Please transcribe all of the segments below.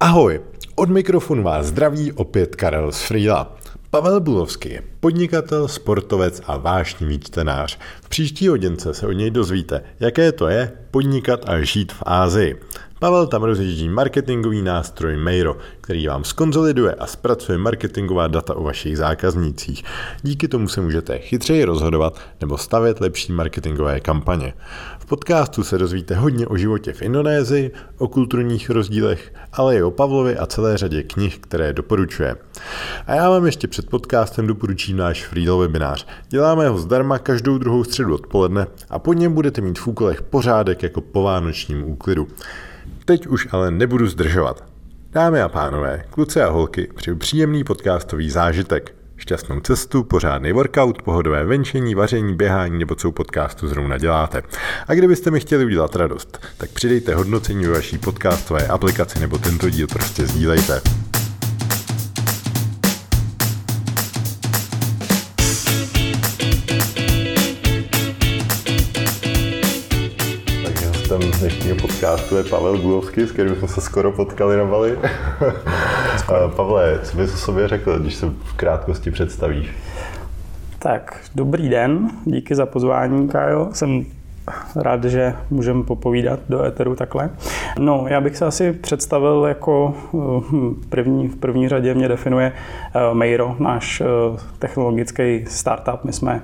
Ahoj, od mikrofonu vás zdraví opět Karel z Frýla. Pavel Bulovský je podnikatel, sportovec a vášnivý čtenář. V příští hodince se od něj dozvíte, jaké to je podnikat a žít v Asii. Pavel tam rozjíždí marketingový nástroj Mairo, který vám zkonsoliduje a zpracuje marketingová data o vašich zákaznících. Díky tomu se můžete chytřeji rozhodovat nebo stavět lepší marketingové kampaně. V podcastu se dozvíte hodně o životě v Indonésii, o kulturních rozdílech, ale i o Pavlovi a celé řadě knih, které doporučuje. A já vám ještě před podcastem doporučím náš Frýlo webinář. Děláme ho zdarma každou druhou středu odpoledne a po něm budete mít v úkolech pořádek jako po vánočním úklidu. Teď už ale nebudu zdržovat. Dámy a pánové, kluci a holky, přeju příjemný podcastový zážitek. Šťastnou cestu, pořádný workout, pohodové venčení, vaření, běhání nebo co u podcastu zrovna děláte. A kdybyste mi chtěli udělat radost, tak přidejte hodnocení ve vaší podcastové aplikaci nebo tento díl prostě sdílejte. Dnešního podcastu je Pavel Bulovský, s kterým jsme se skoro potkali na Bali. Pavle, co bys o sobě řekl, když se v krátkosti představíš? Tak, dobrý den, díky za pozvání, Kájo. Jsem rád, že můžeme popovídat do éteru takhle. No, já bych se asi představil jako v první řadě mě definuje Mairo, náš technologický startup. My jsme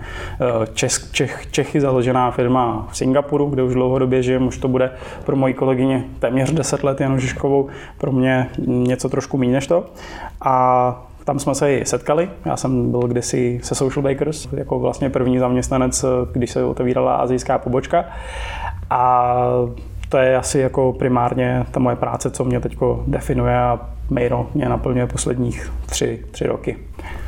Čechy založená firma v Singapuru, kde už dlouhodobě žijeme, už to bude pro moji kolegyně téměř 10 let, Janu Žižkovou, pro mě něco trošku méně než to. A tam jsme se i setkali. Já jsem byl kdysi se Social Bakers, jako vlastně první zaměstnanec, když se otevírala asijská pobočka. A to je asi jako primárně ta moje práce, co mě teď definuje a Mairo mě naplňuje posledních 3 roky.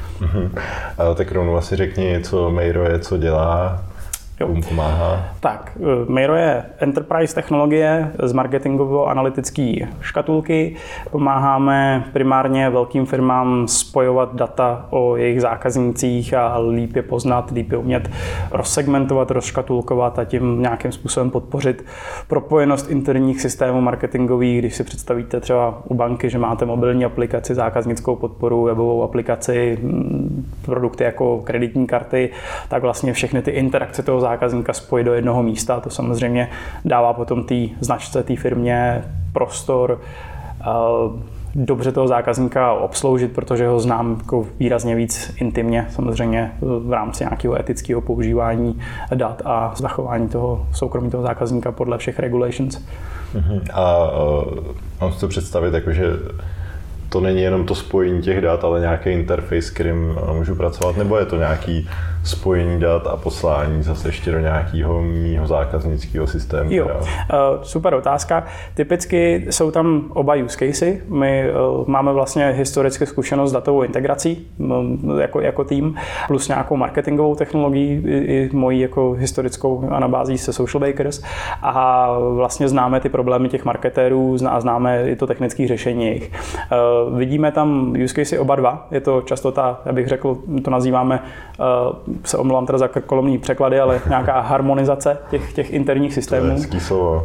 Tak rovnou asi řekni, co Mairo je, co dělá. Komu pomáhá? Tak, Mairo je enterprise technologie z marketingovo-analytické škatulky. Pomáháme primárně velkým firmám spojovat data o jejich zákaznících a líp je poznat, líp je umět rozsegmentovat, rozškatulkovat a tím nějakým způsobem podpořit propojenost interních systémů marketingových. Když si představíte třeba u banky, že máte mobilní aplikaci, zákaznickou podporu, webovou aplikaci, produkty jako kreditní karty, tak vlastně všechny ty interakce toho zákazníka spojit do jednoho místa. To samozřejmě dává potom té značce, té firmě prostor dobře toho zákazníka obsloužit, protože ho znám jako výrazně víc intimně, samozřejmě v rámci nějakého etického používání dat a zachování toho soukromí toho zákazníka podle všech regulations. A mám si to představit, jakože to není jenom to spojení těch dat, ale nějaký interface, s kterým můžu pracovat, nebo je to nějaký spojení dat a poslání zase ještě do nějakého mýho zákaznického systému? Jo, super otázka. Typicky jsou tam oba use casey. My máme vlastně historicky zkušenost s datovou integrací jako tým, plus nějakou marketingovou technologií, i mojí jako historickou anabází se Social Bakers a vlastně známe ty problémy těch marketérů a známe i to technické řešení jejich. Vidíme tam use casey oba dva. Je to často já bych řekl, to nazýváme, se omlouvám teda za krkolomný překlady, ale nějaká harmonizace těch interních systémů. To je slovo.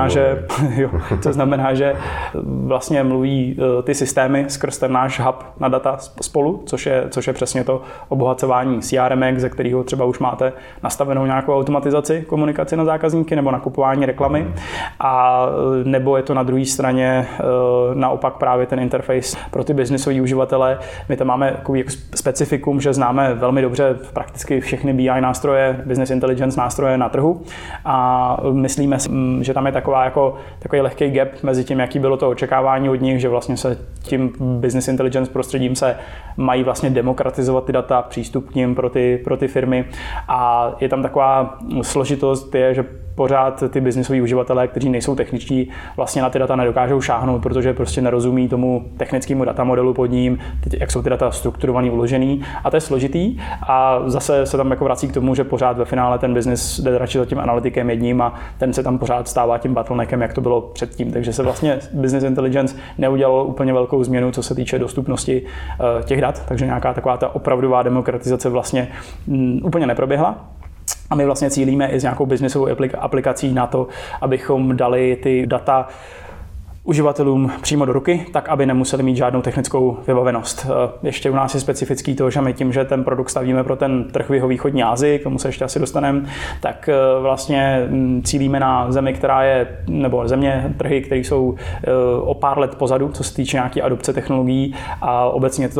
To znamená, že vlastně mluví ty systémy skrz ten náš hub na data spolu, což je přesně to obohacování CRM, ze kterého třeba už máte nastavenou nějakou automatizaci komunikaci na zákazníky nebo nakupování reklamy. A nebo je to na druhé straně naopak právě ten interface pro ty businessový uživatele. My tam máme takový specifikum, že známe velmi dobře prakticky všechny BI nástroje, business intelligence nástroje na trhu a myslíme si, že tam je takový lehký gap mezi tím, jaký bylo to očekávání od nich, že vlastně se tím business intelligence prostředím se mají vlastně demokratizovat ty data, přístup k nim pro ty firmy a je tam taková složitost, že pořád ty businessoví uživatelé, kteří nejsou techničtí, vlastně na ty data nedokážou šáhnout, protože prostě nerozumí tomu technickému datamodelu pod ním, jak jsou ty data strukturovaný, uložený a to je složitý a zase se tam jako vrací k tomu, že pořád ve finále ten business jde radši za tím analytikem jedním a ten se tam pořád stává tím bottleneckem, jak to bylo předtím, takže se vlastně business intelligence neudělalo úplně velkou změnu, co se týče dostupnosti těch dat, takže nějaká taková ta opravdová demokratizace vlastně úplně neproběhla. A my vlastně cílíme i s nějakou businessovou aplikací na to, abychom dali ty data uživatelům přímo do ruky, tak aby nemuseli mít žádnou technickou vybavenost. Ještě u nás je specifický to, že my tím, že ten produkt stavíme pro ten trh v jihovýchodní Asii, k tomu se ještě asi dostaneme, tak vlastně cílíme na zemi, která je, nebo země, trhy, které jsou o pár let pozadu, co se týče nějaké adopce technologií a obecně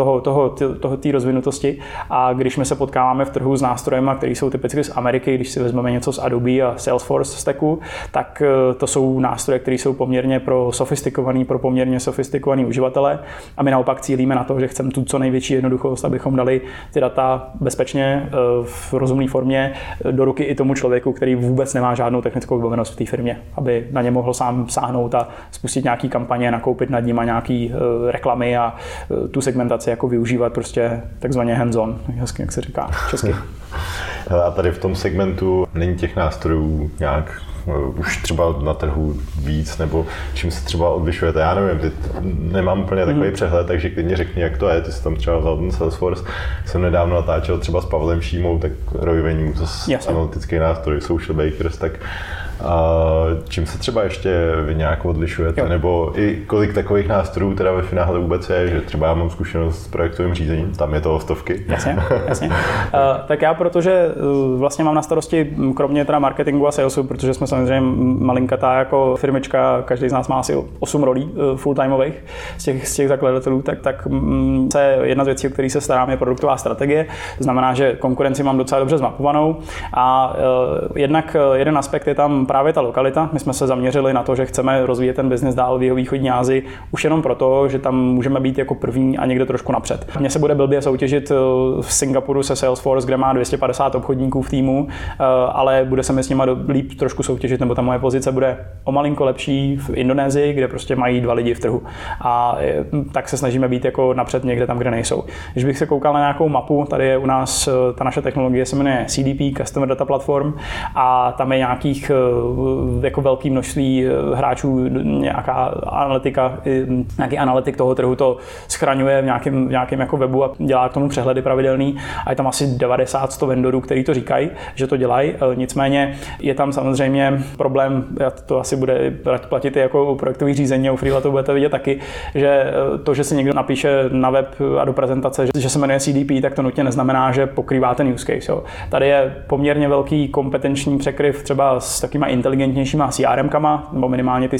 té rozvinutosti. A když my se potkáváme v trhu s nástrojemi, které jsou typicky z Ameriky, když si vezmeme něco z Adobe a Salesforce stacku, tak to jsou nástroje, které jsou poměrně pro poměrně sofistikovaný uživatele. A my naopak cílíme na to, že chceme tu co největší jednoduchost, abychom dali ty data bezpečně v rozumné formě do ruky i tomu člověku, který vůbec nemá žádnou technickou vybavenost v té firmě, aby na ně mohl sám sáhnout a spustit nějaký kampaně, nakoupit nad nimi nějaký reklamy a tu segmentaci jako využívat prostě takzvaně hands-on, jak se říká česky. A tady v tom segmentu není těch nástrojů nějak už třeba na trhu víc, nebo čím se třeba odlišujete? Já nevím, teď nemám úplně takový přehled, takže klidně řekni, jak to je. Ty jsi tam třeba vzal ten Salesforce, jsem nedávno natáčel třeba s Pavlem Šímou, tak Roy Venue, to je analytický nástroj, Social Bakers, tak a čím se třeba ještě vy nějak odlišujete, nebo i kolik takových nástrojů teda ve finále vůbec je, že třeba já mám zkušenost s projektovým řízením, tam je toho stovky. Jasně. Tak já, protože vlastně mám na starosti, kromě teda marketingu a salesu, protože jsme samozřejmě malinkatá jako firmička, každý z nás má asi 8 rolí full-timeových z těch zakladatelů, tak jedna z věcí, o které se starám, je produktová strategie. To znamená, že konkurenci mám docela dobře zmapovanou a jednak jeden aspekt je tam právě ta lokalita. My jsme se zaměřili na to, že chceme rozvíjet ten biznis dál v jihovýchodní Asii, už jenom proto, že tam můžeme být jako první a někde trošku napřed. Mně se bude blbě soutěžit v Singapuru se Salesforce, kde má 250 obchodníků v týmu, ale bude se mi s nimi líp trošku soutěžit, nebo ta moje pozice bude o malinko lepší v Indonésii, kde prostě mají 2 lidi v trhu. A tak se snažíme být jako napřed někde tam, kde nejsou. Když bych se koukal na nějakou mapu, tady je u nás ta naše technologie se jmenuje CDP, Customer Data Platform, a tam je nějakých jako velké množství hráčů, nějaká analytika, nějaký analytik toho trhu to schraňuje v nějakém jako webu a dělá k tomu přehledy pravidelný a je tam asi 90-100 vendorů, kteří to říkají, že to dělají. Nicméně je tam samozřejmě problém, to asi bude platit i jako u projektových řízení a u Freela to budete vidět taky, že to, že si někdo napíše na web a do prezentace, že se jmenuje CDP, tak to nutně neznamená, že pokrývá ten use case. Jo. Tady je poměrně velký kompetenční překryv třeba s takýma inteligentnějšíma CRM-kama, nebo minimálně ty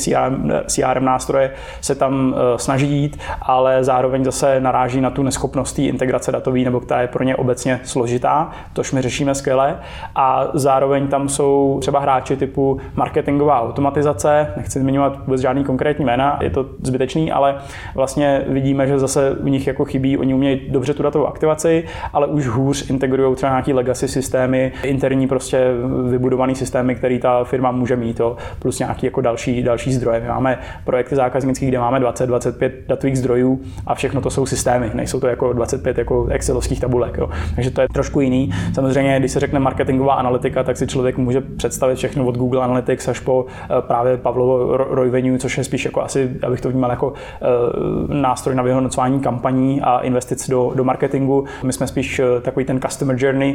CRM nástroje se tam snaží jít, ale zároveň zase naráží na tu neschopnost té integrace datový, nebo která je pro ně obecně složitá, tož my řešíme skvěle. A zároveň tam jsou třeba hráči typu marketingová automatizace, nechci zmiňovat vůbec žádný konkrétní jména, je to zbytečný, ale vlastně vidíme, že zase u nich jako chybí, oni umějí dobře tu datovou aktivaci, ale už hůř integrují třeba nějaký legacy systémy, interní prostě vybudovaný systémy, který ta firma může mít, jo, plus nějaký jako další zdroje. My máme projekty zákaznických, kde máme 20-25 datových zdrojů a všechno to jsou systémy, nejsou to jako 25 jako excelovských tabulek. Jo. Takže to je trošku jiný. Samozřejmě, když se řekne marketingová analytika, tak si člověk může představit všechno od Google Analytics až po právě Pavlovo Roy Venue, což je spíš jako asi, abych to vnímal jako nástroj na vyhodnocování kampaní a investic do marketingu. My jsme spíš takový ten customer journey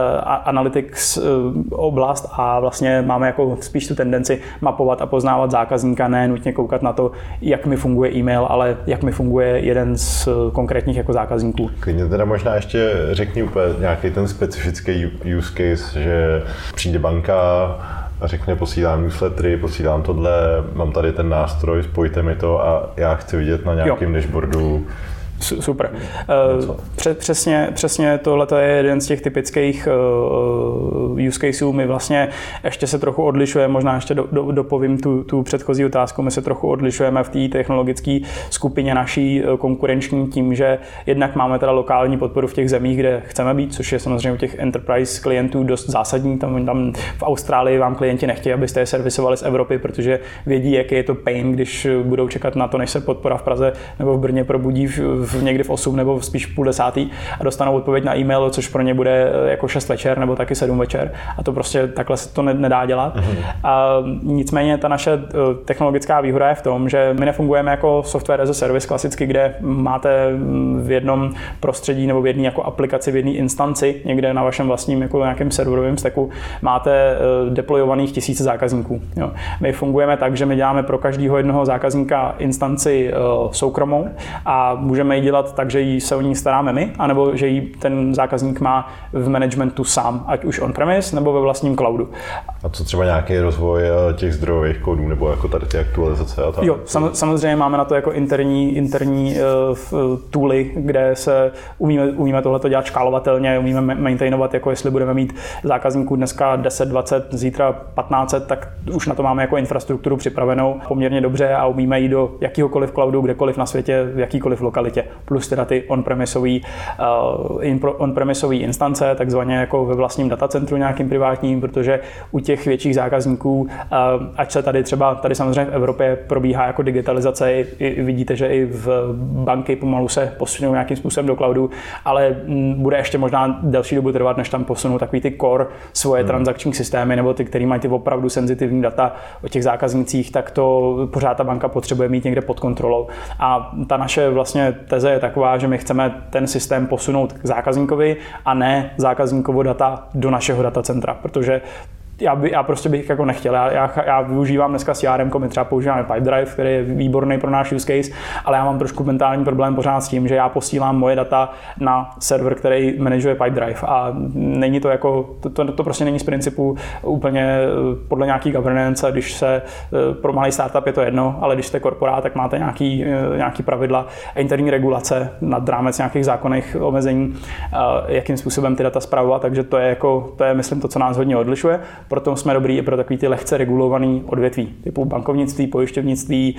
analytics oblast a vlastně máme jako spíš tu tendenci mapovat a poznávat zákazníka, ne nutně koukat na to, jak mi funguje e-mail, ale jak mi funguje jeden z konkrétních jako zákazníků. Klidně teda možná ještě řekni úplně nějaký ten specifický use case, že přijde banka a řekne, posílám newslettery, posílám tohle, mám tady ten nástroj, spojte mi to a já chci vidět na nějakém dashboardu. Super. Přesně tohle je jeden z těch typických use caseů. My vlastně ještě se trochu odlišujeme, možná ještě dopovím tu předchozí otázku, my se trochu odlišujeme v té technologické skupině naší konkurenční tím, že jednak máme teda lokální podporu v těch zemích, kde chceme být, což je samozřejmě u těch enterprise klientů dost zásadní. Tam v Austrálii vám klienti nechtějí, abyste je servisovali z Evropy, protože vědí, jaký je to pain, když budou čekat na to, než se podpora v Praze nebo v Brně probudí v někdy v 8 nebo spíš v 9:30 a dostanou odpověď na e-mail, což pro ně bude jako 6 večer nebo taky 7 večer a to prostě takhle se to nedá dělat. A nicméně ta naše technologická výhoda je v tom, že my nefungujeme jako software as a service klasicky, kde máte v jednom prostředí nebo v jedné jako aplikaci, v jedné instanci, někde na vašem vlastním jako nějakém serverovém stacku máte deployovaných tisíce zákazníků. Jo. My fungujeme tak, že my děláme pro každého jednoho zákazníka instanci soukromou a můžeme ji dělat tak, že se o ní staráme my, anebo že ji ten zákazník má v managementu sám, ať už on-premise nebo ve vlastním cloudu. A co třeba nějaký rozvoj těch zdrojových kódů nebo jako tady ty aktualizace a tak? Jo, samozřejmě máme na to jako interní tooly, kde se umíme tohleto dělat škálovatelně, umíme maintainovat, jako jestli budeme mít zákazníků dneska 10, 20, zítra 1500, tak už na to máme jako infrastrukturu připravenou poměrně dobře a umíme jít do jakýhokoliv cloudu, kdekoliv na světě, v jakýkoliv lokalitě. Plus teda ty on-premisové instance, takzvaně jako ve vlastním datacentru nějakým privátním, protože u těch větších zákazníků, ať se tady samozřejmě v Evropě probíhá jako digitalizace, i vidíte, že i v banky pomalu se posunou nějakým způsobem do cloudu, ale bude ještě možná delší dobu trvat, než tam posunou takový ty core svoje transakční systémy nebo ty, který mají ty opravdu senzitivní data o těch zákaznících, tak to pořád ta banka potřebuje mít někde pod kontrolou. A ta naše vlastně teze je taková, že my chceme ten systém posunout k zákazníkovi a ne zákazníkovo data do našeho datacentra, protože já prostě bych jako nechtěl. Já využívám dneska CRM, my třeba používáme Pipedrive, který je výborný pro náš use case, ale já mám trošku mentální problém pořád s tím, že já posílám moje data na server, který manažuje Pipedrive a není to jako, to prostě není z principu úplně podle nějaký governance, když se pro malý startup je to jedno, ale když jste korporát, tak máte nějaký pravidla, interní regulace nad rámec nějakých zákonných omezení, jakým způsobem ty data spravovat, takže to je myslím to, co nás hodně odlišuje. Proto jsme dobrý i pro takový ty lehce regulovaný odvětví, typu bankovnictví, pojišťovnictví,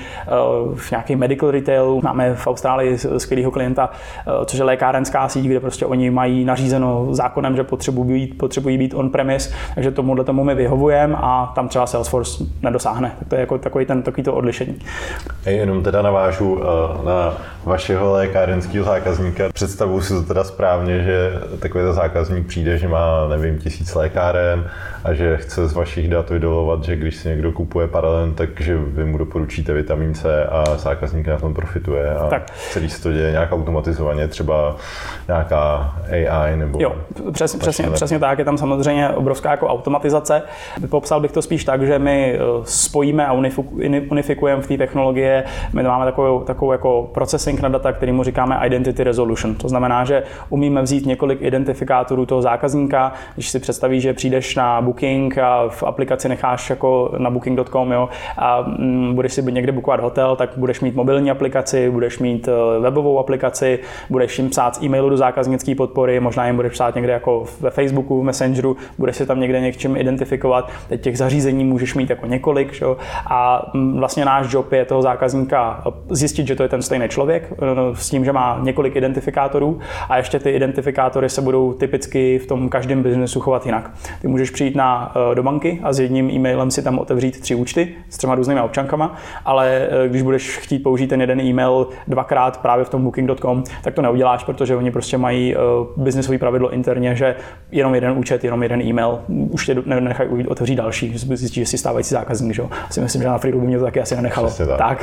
v nějaký medical retail. Máme v Austrálii skvělého klienta, což je lékárenská síť, kde prostě oni mají nařízeno zákonem, že potřebují být on-premise, takže tomu my vyhovujeme a tam třeba Salesforce nedosáhne. Tak to je jako takový to odlišení. Jenom teda navážu na vašeho lékárenského zákazníka. Představuji si to teda správně, že takový zákazník přijde, že má, nevím, 1000 lékáren a že chce z vašich dat vydolovat, že když si někdo kupuje Paralen, takže vy mu doporučíte vitamin C a zákazník na tom profituje a tak. Celý se to děje nějak automatizovaně, třeba nějaká AI nebo... Jo, přesně tak, je tam samozřejmě obrovská jako automatizace. Popsal bych to spíš tak, že my spojíme a unifikujeme v té technologie, my máme takovou jako processing na data, kterýmu říkáme identity resolution. To znamená, že umíme vzít několik identifikátorů toho zákazníka, když si představíš, že přijdeš na Booking a v aplikaci necháš jako na booking.com, jo, a budeš si někde bookovat hotel, tak budeš mít mobilní aplikaci, budeš mít webovou aplikaci, budeš jim psát z e-mailu do zákaznické podpory, možná jim budeš psát někde jako ve Facebooku, v Messengeru, budeš si tam někde něčím identifikovat. Teď těch zařízení můžeš mít jako několik, jo, a vlastně náš job je toho zákazníka zjistit, že to je ten stejný člověk, s tím, že má několik identifikátorů a ještě ty identifikátory se budou typicky v tom každém biznesu chovat jinak. Ty můžeš přijít do banky a s jedním e-mailem si tam otevřít 3 účty s 3 různými občankama, ale když budeš chtít použít ten jeden e-mail dvakrát právě v tom booking.com, tak to neuděláš, protože oni prostě mají biznesové pravidlo interně, že jenom jeden účet, jenom jeden e-mail, už tě nenechají otevřít další, zjistíš, že jsi stávající zákazník, že jo. Si myslím, že na Freelu by mě to taky asi nenechalo. Tak.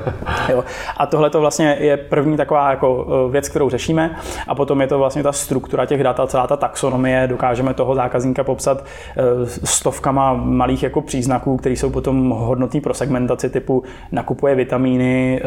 Jo. A tohle to vlastně je první taková jako věc, kterou řešíme, a potom je to vlastně ta struktura těch dat, celá ta taxonomie, dokážeme toho zákazníka popsat stovkama malých jako příznaků, které jsou potom hodnotný pro segmentaci, typu nakupuje vitamíny,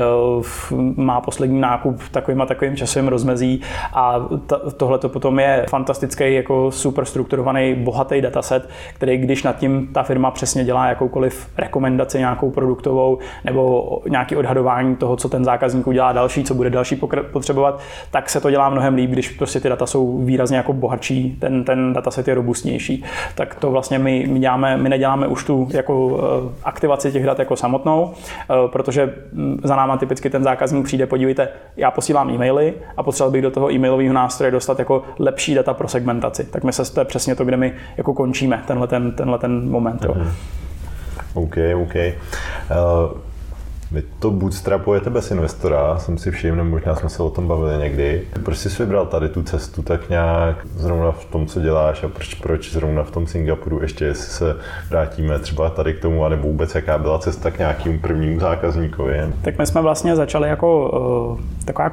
má poslední nákup takovým časovým rozmezí, a tohle to potom je fantastický jako super strukturovaný bohatý dataset, který když nad tím ta firma přesně dělá jakoukoliv rekomendaci nějakou produktovou nebo nějaký odhadování toho, co ten zákazník udělá další, co bude další potřebovat, tak se to dělá mnohem líp, když prostě ty data jsou výrazně jako bohatší, ten dataset je robustnější. Tak to vlastně my neděláme už tu jako aktivaci těch dat jako samotnou, protože za náma typicky ten zákazník přijde, podívejte, já posílám e-maily a potřeboval bych do toho e-mailového nástroje dostat jako lepší data pro segmentaci. Tak to je přesně to, kde my jako končíme tenhle ten moment. Jo. OK. Vy to bootstrapujete bez investora, jsem si všiml, možná jsme se o tom bavili někdy. Proč jsi vybral tady tu cestu tak nějak zrovna v tom, co děláš a proč zrovna v tom Singapuru, ještě jestli se vrátíme třeba tady k tomu, anebo vůbec jaká byla cesta k nějakému prvnímu zákazníkovi? Tak my jsme vlastně začali jako taková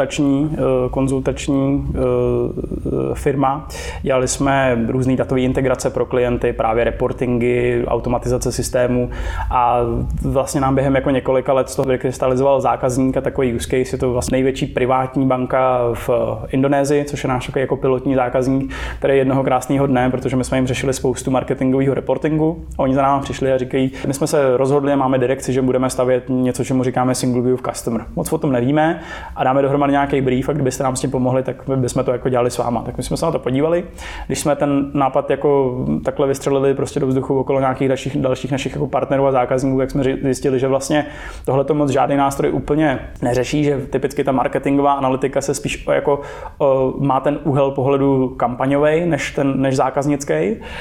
konzultační firma. Dělali jsme různé datové integrace pro klienty, právě reportingy, automatizace systému a vlastně nám během jako několika let z toho vykrystalizoval zákazník a takový use case. Je to vlastně největší privátní banka v Indonésii, což je náš takový jako pilotní zákazník, který jednoho krásného dne, protože my jsme jim řešili spoustu marketingového reportingu a oni za námi přišli a říkají, my jsme se rozhodli a máme direkci, že budeme stavět něco, čemu říkáme single view of customer. Moc o tom nevíme a dáme dohromady nějaký brief a kdybyste nám s tím pomohli, tak bychom to jako dělali s váma. Tak my jsme se na to podívali. Když jsme ten nápad jako takhle vystřelili prostě do vzduchu okolo nějakých dalších našich jako partnerů a zákazníků, jak jsme zjistili, že vlastně tohle to moc žádný nástroj úplně neřeší, že typicky ta marketingová analytika se spíš jako má ten úhel pohledu kampaňový než zákaznický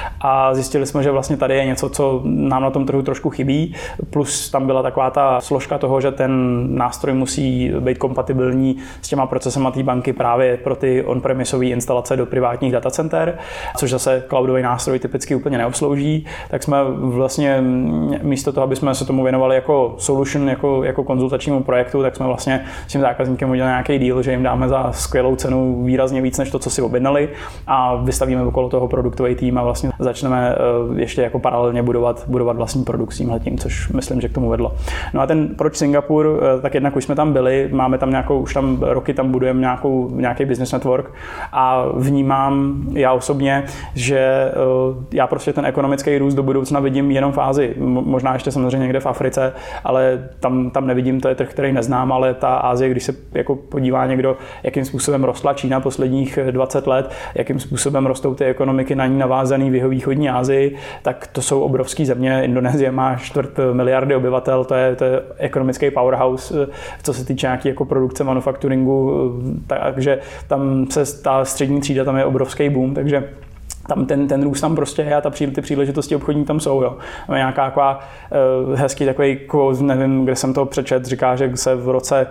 a zjistili jsme, že vlastně tady je něco, co nám na tom trhu trošku chybí, plus tam byla taková ta složka toho, že ten nástroj musí být kompatibilní s těma procesama té banky právě pro ty on-premisové instalace do privátních datacenter, což zase cloudový nástroj typicky úplně neobslouží, tak jsme vlastně místo toho, aby jsme se tomu věnovali jako solution, jako konzultačnímu projektu, tak jsme vlastně s tím zákazníkem udělali nějaký deal, že jim dáme za skvělou cenu výrazně víc než to, co si objednali a vystavíme okolo toho produktový tým a vlastně začneme ještě jako paralelně budovat vlastní produkt s tímhletím, což myslím, že k tomu vedlo. No a proč Singapur, tak jednak už jsme tam byli, máme tam už tam roky tam budujeme nějaký business network a vnímám já osobně, že já prostě ten ekonomický růst do budoucna vidím jenom v Asii. Možná ještě samozřejmě někde v Africe, ale tam nevidím, to je trh, který neznám, ale ta Asie, když se jako podívá někdo, jakým způsobem rostla Čína posledních 20 let, jakým způsobem rostou ty ekonomiky na ní navázaný v jihovýchodní Asii, tak to jsou obrovské země. Indonésie má 250 miliardy obyvatel, to je ekonomický powerhouse, co se týče nějaký jako produkce manufakturingu, takže tam se ta střední třída, tam je obrovský boom, takže tam ten růst tam prostě je a ty příležitosti obchodní tam jsou. Jo. Máme nějaká taková hezký takový quote, nevím, kde jsem to přečet, říká, že se v roce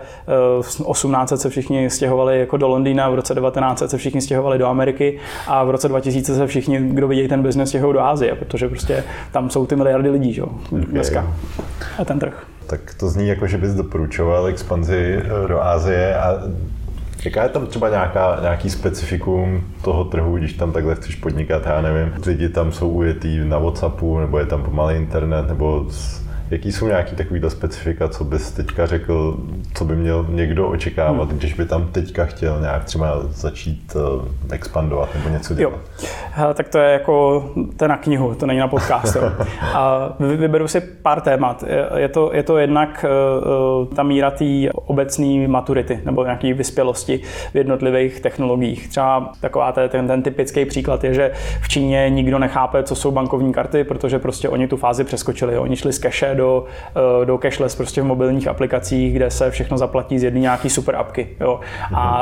1800 se všichni stěhovali jako do Londýna, v roce 1900 se všichni stěhovali do Ameriky a v roce 2000 se všichni, kdo vidějí ten biznes, stěhují do Asie, protože prostě tam jsou ty miliardy lidí, jo, dneska. A ten trh. Tak to zní jako, že bys doporučoval expanzi do Asie a jaká je tam třeba nějaký specifikum toho trhu, když tam takhle chceš podnikat, já nevím, lidi tam jsou ujetý na WhatsAppu, nebo je tam pomalý internet, nebo jaký jsou nějaký takovýhle specifika, co bys teďka řekl, co by měl někdo očekávat, když by tam teďka chtěl nějak třeba začít expandovat nebo něco dělat? Jo. Tak to je jako to je na knihu, to není na podcast. A vyberu si pár témat. Je to jednak ta míra té obecné maturity nebo nějaké vyspělosti v jednotlivých technologiích. Třeba taková ten typický příklad je, že v Číně nikdo nechápe, co jsou bankovní karty, protože prostě oni tu fázi přeskočili. Jo. Oni šli z cache do cashless prostě v mobilních aplikacích, kde se všechno zaplatí z jedné nějaký super appky. Jo. A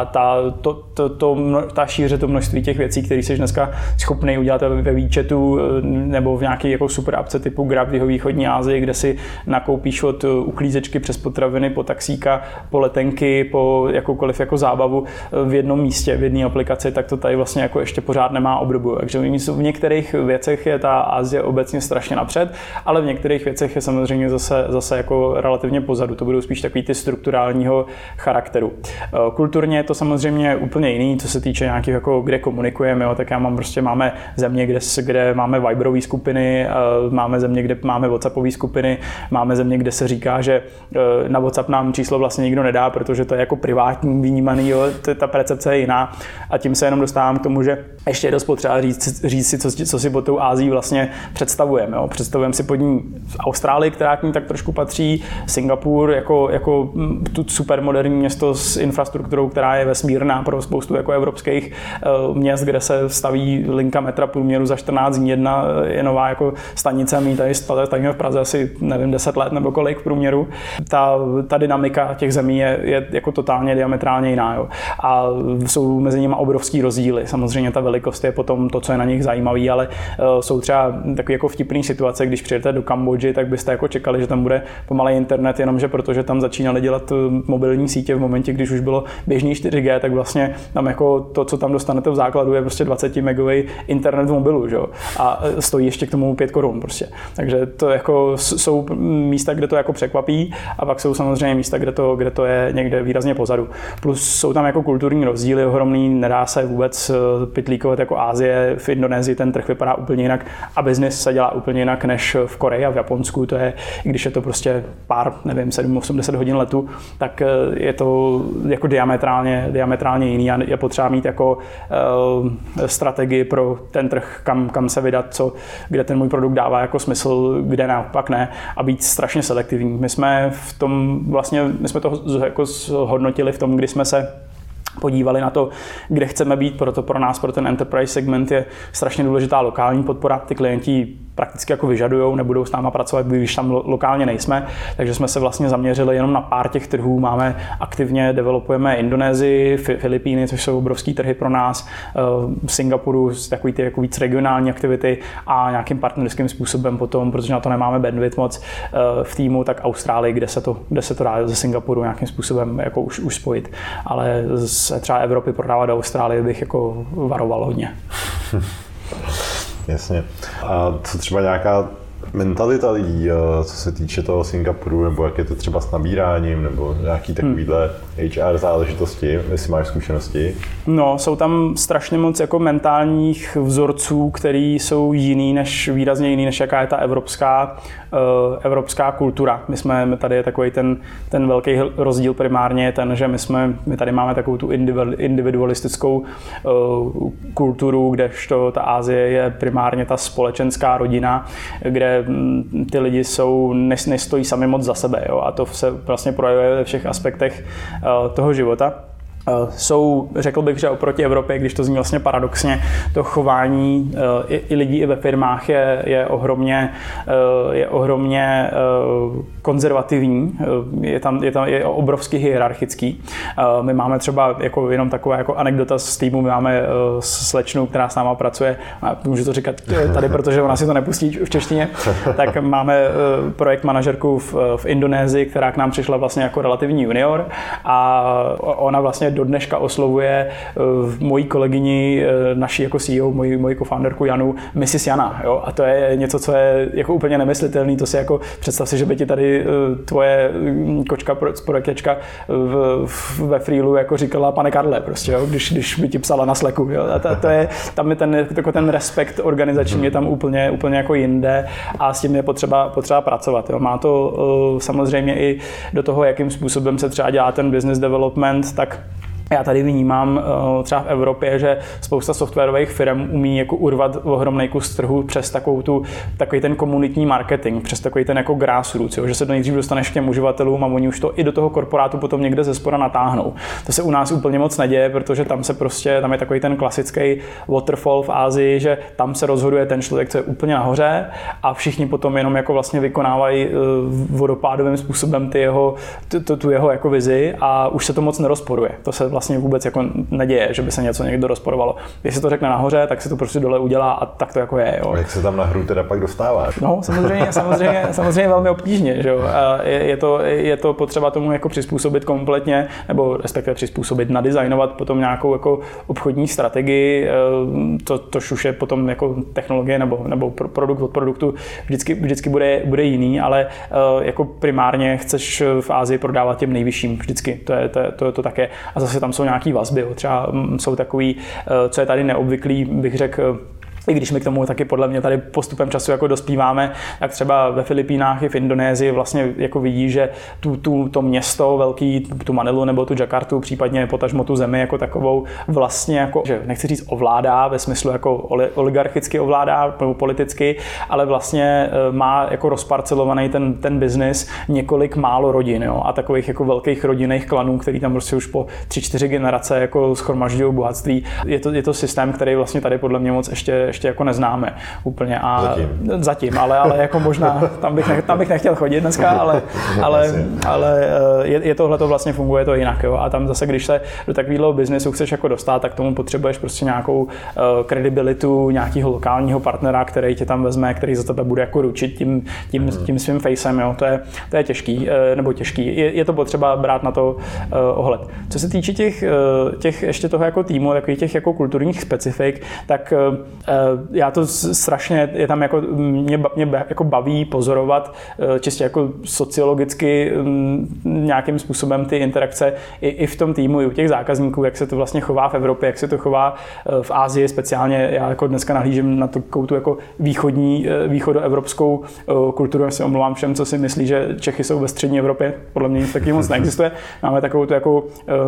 ta šíře to množství těch věcí, které jsi dneska schopný udělat ve výčetu nebo v nějaké jako super appce typu Grab v jihovýchodní Asii, kde si nakoupíš od uklízečky přes potraviny, po taxíka, po letenky, po jakoukoliv jako zábavu v jednom místě, v jedné aplikaci, tak to tady vlastně jako ještě pořád nemá obdobu. Takže v některých věcech je ta Asie obecně strašně napřed, ale v některých věcech je samozřejmě zase jako relativně pozadu. To budou spíš takový ty strukturálního charakteru. Kulturně je to samozřejmě úplně jiný, co se týče nějakých jako kde komunikujeme, jo, tak máme země, kde máme Viberové skupiny, máme země, kde máme WhatsAppové skupiny, máme země, kde se říká, že na WhatsApp nám číslo vlastně nikdo nedá, protože to je jako privátní vnímaný, jo, ta percepce je jiná a tím se jenom dostávám k tomu, že ještě je dost potřeba říct si, co si pod tou Ázií vlastně představujeme. Jo. Představujeme si pod ní Austrálii, která k ní tak trošku patří, Singapur jako tu supermoderní město s infrastrukturou, která je vesmírná pro spoustu jako evropských měst, kde se staví linka metra průměru za 14 dní, jedna je nová jako stanice, my tady stavíme v Praze asi nevím 10 let nebo kolik v průměru. Ta dynamika těch zemí je jako totálně diametrálně jiná. Jo. A jsou mezi nimi obrovský rozdíly. Samozřejmě ta velikost je potom to, co je na nich zajímavý, ale jsou třeba takové jako vtipné situace, když přijedete do Kambodži, tak byste jako jako čekali, že tam bude pomalej internet, jenomže protože tam začínali dělat mobilní sítě v momentě, když už bylo běžný 4G, tak vlastně tam jako to, co tam dostanete v základu, je prostě 20 megový internet v mobilu, že? A stojí ještě k tomu 5 korun prostě. Takže to jako jsou místa, kde to jako překvapí, a pak jsou samozřejmě místa, kde to je někde výrazně pozadu. Plus jsou tam jako kulturní rozdíly ohromný, nedá se vůbec pytlíkovat jako Asie, v Indonésii ten trh vypadá úplně jinak a biznis se dělá úplně jinak než v Koreji a v Japonsku. To je, když je to prostě pár, nevím, 7-8-10 hodin letu, tak je to jako diametrálně jiný a je potřeba mít jako strategii pro ten trh, kam se vydat, kde ten můj produkt dává jako smysl, kde naopak ne, a být strašně selektivní. My jsme to jako hodnotili v tom, kdy jsme se podívali na to, kde chceme být, proto pro nás, pro ten enterprise segment je strašně důležitá lokální podpora. Ty klienti prakticky jako vyžadujou, nebudou s náma pracovat, když tam lokálně nejsme, takže jsme se vlastně zaměřili jenom na pár těch trhů. Máme aktivně, developujeme Indonésii, Filipíny, což jsou obrovský trhy pro nás, Singapuru, takový ty jako víc regionální aktivity a nějakým partnerským způsobem potom, protože na to nemáme bandwidth moc v týmu, tak Austrálii, kde se to dá ze Singapuru nějakým způsobem jako už spojit. Ale z třeba Evropy prodávat do Austrálie bych jako varoval hodně. Jasně. A co třeba nějaká mentalita lidí, co se týče toho Singapuru, nebo jak je to třeba s nabíráním, nebo nějaký takovýhle HR záležitosti, jestli máš zkušenosti? No, jsou tam strašně moc jako mentálních vzorců, který jsou výrazně jiný, než jaká je ta evropská kultura. My tady je takový ten velký rozdíl primárně je ten, že my tady máme takovou tu individualistickou kulturu, kdežto ta Asie je primárně ta společenská rodina, kde ty lidi nestojí sami moc za sebe, jo? A to se vlastně projevuje ve všech aspektech toho života. Řekl bych, že oproti Evropě, když to zní vlastně paradoxně, to chování i lidí i ve firmách je ohromně konzervativní, je obrovsky hierarchický. My máme třeba jako jenom taková jako anekdota z týmu, my máme slečnu, která s náma pracuje, můžu to říkat tady, protože ona si to nepustí v češtině, tak máme projekt manažerku v Indonésii, která k nám přišla vlastně jako relativní junior a ona vlastně do dneška oslovuje moji kolegyni, naši jako CEO, moji co-founderku Janu, Mrs. Jana. Jo? A to je něco, co je jako úplně nemyslitelný. To si jako představ si, že by ti tady tvoje kočka z projektečka ve Freelu jako říkala pane Karle, prostě, jo? Když by ti psala na Slacku. Jo? A tam je ten respekt organizační je tam úplně jako jinde a s tím je potřeba pracovat. Jo? Má to samozřejmě i do toho, jakým způsobem se třeba dělá ten business development, tak já tady vnímám třeba v Evropě, že spousta softwarových firm umí jako urvat ohromnej kus trhu přes takový ten komunitní marketing, přes takový ten jako grassroots, jo, že se nejdřív dostaneš k těm uživatelům a oni už to i do toho korporátu potom někde ze spoda natáhnou. To se u nás úplně moc neděje, protože tam je takový ten klasický waterfall v Asii, že tam se rozhoduje ten člověk, co je úplně nahoře a všichni potom jenom jako vlastně vykonávají vodopádovým způsobem tu jeho jako vizi a už se to moc nerozporuje. To se vlastně vůbec jako neděje, že by se něco někdo rozporovalo. Jestli to řekne nahoře, tak se to prostě dole udělá a tak to jako je. Jo. A jak se tam na hru teda pak dostává? No, samozřejmě velmi obtížně, že jo. Je to potřeba tomu jako přizpůsobit kompletně, nebo respektive přizpůsobit, nadizajnovat potom nějakou jako obchodní strategii, tož už je potom jako technologie nebo produkt od produktu vždycky bude jiný, ale jako primárně chceš v Asii prodávat těm nejvyšším vždycky. To také. A zase tam jsou nějaký vazby, jo. Třeba jsou takový, co je tady neobvyklý, bych řekl, i když my k tomu taky podle mě tady postupem času jako dospíváme, tak třeba ve Filipínách i v Indonésii vlastně jako vidí, že to město velký, tu Manilu nebo tu Jakartu, případně potažmo tu zemi jako takovou vlastně jako, že nechci říct ovládá ve smyslu jako oligarchicky ovládá nebo politicky, ale vlastně má jako rozparcelovaný ten biznis několik málo rodin, jo, a takových jako velkých rodinných klanů, který tam prostě už po 3-4 generace jako shromažďují bohatství. Je to systém, který vlastně tady podle mě moc ještě ještě jako neznáme úplně. A zatím ale jako možná, tam bych nechtěl chodit dneska, ale je tohle to vlastně funguje to jinak. Jo? A tam zase, když se do takového biznesu chceš jako dostat, tak tomu potřebuješ prostě nějakou kredibilitu, nějakého lokálního partnera, který tě tam vezme, který za tebe bude jako ručit tím svým facem. Jo? To je těžký, nebo těžký. Je to potřeba brát na to ohled. Co se týče těch ještě toho jako týmu, takových těch jako kulturních specifik, tak já to strašně, je tam jako, mě jako baví pozorovat čistě jako sociologicky nějakým způsobem ty interakce i v tom týmu, i u těch zákazníků, jak se to vlastně chová v Evropě, jak se to chová v Asii speciálně. Já jako dneska nahlížím na tu jako východoevropskou kulturu. Já se omlouvám všem, co si myslí, že Čechy jsou ve střední Evropě. Podle mě nic takového moc neexistuje. Máme takovou tu jako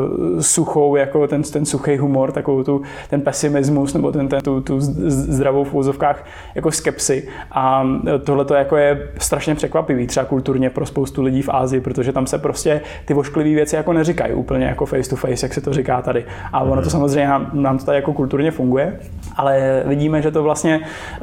suchou, jako ten suchý humor, takovou ten pesimismus nebo tu zdravou v úzovkách jako skepsi. A tohle to jako je strašně překvapivý třeba kulturně pro spoustu lidí v Asii, protože tam se prostě ty vošklivé věci jako neříkají úplně jako face to face, jak se to říká tady. A ono to samozřejmě nám to tady jako kulturně funguje, ale vidíme, že to vlastně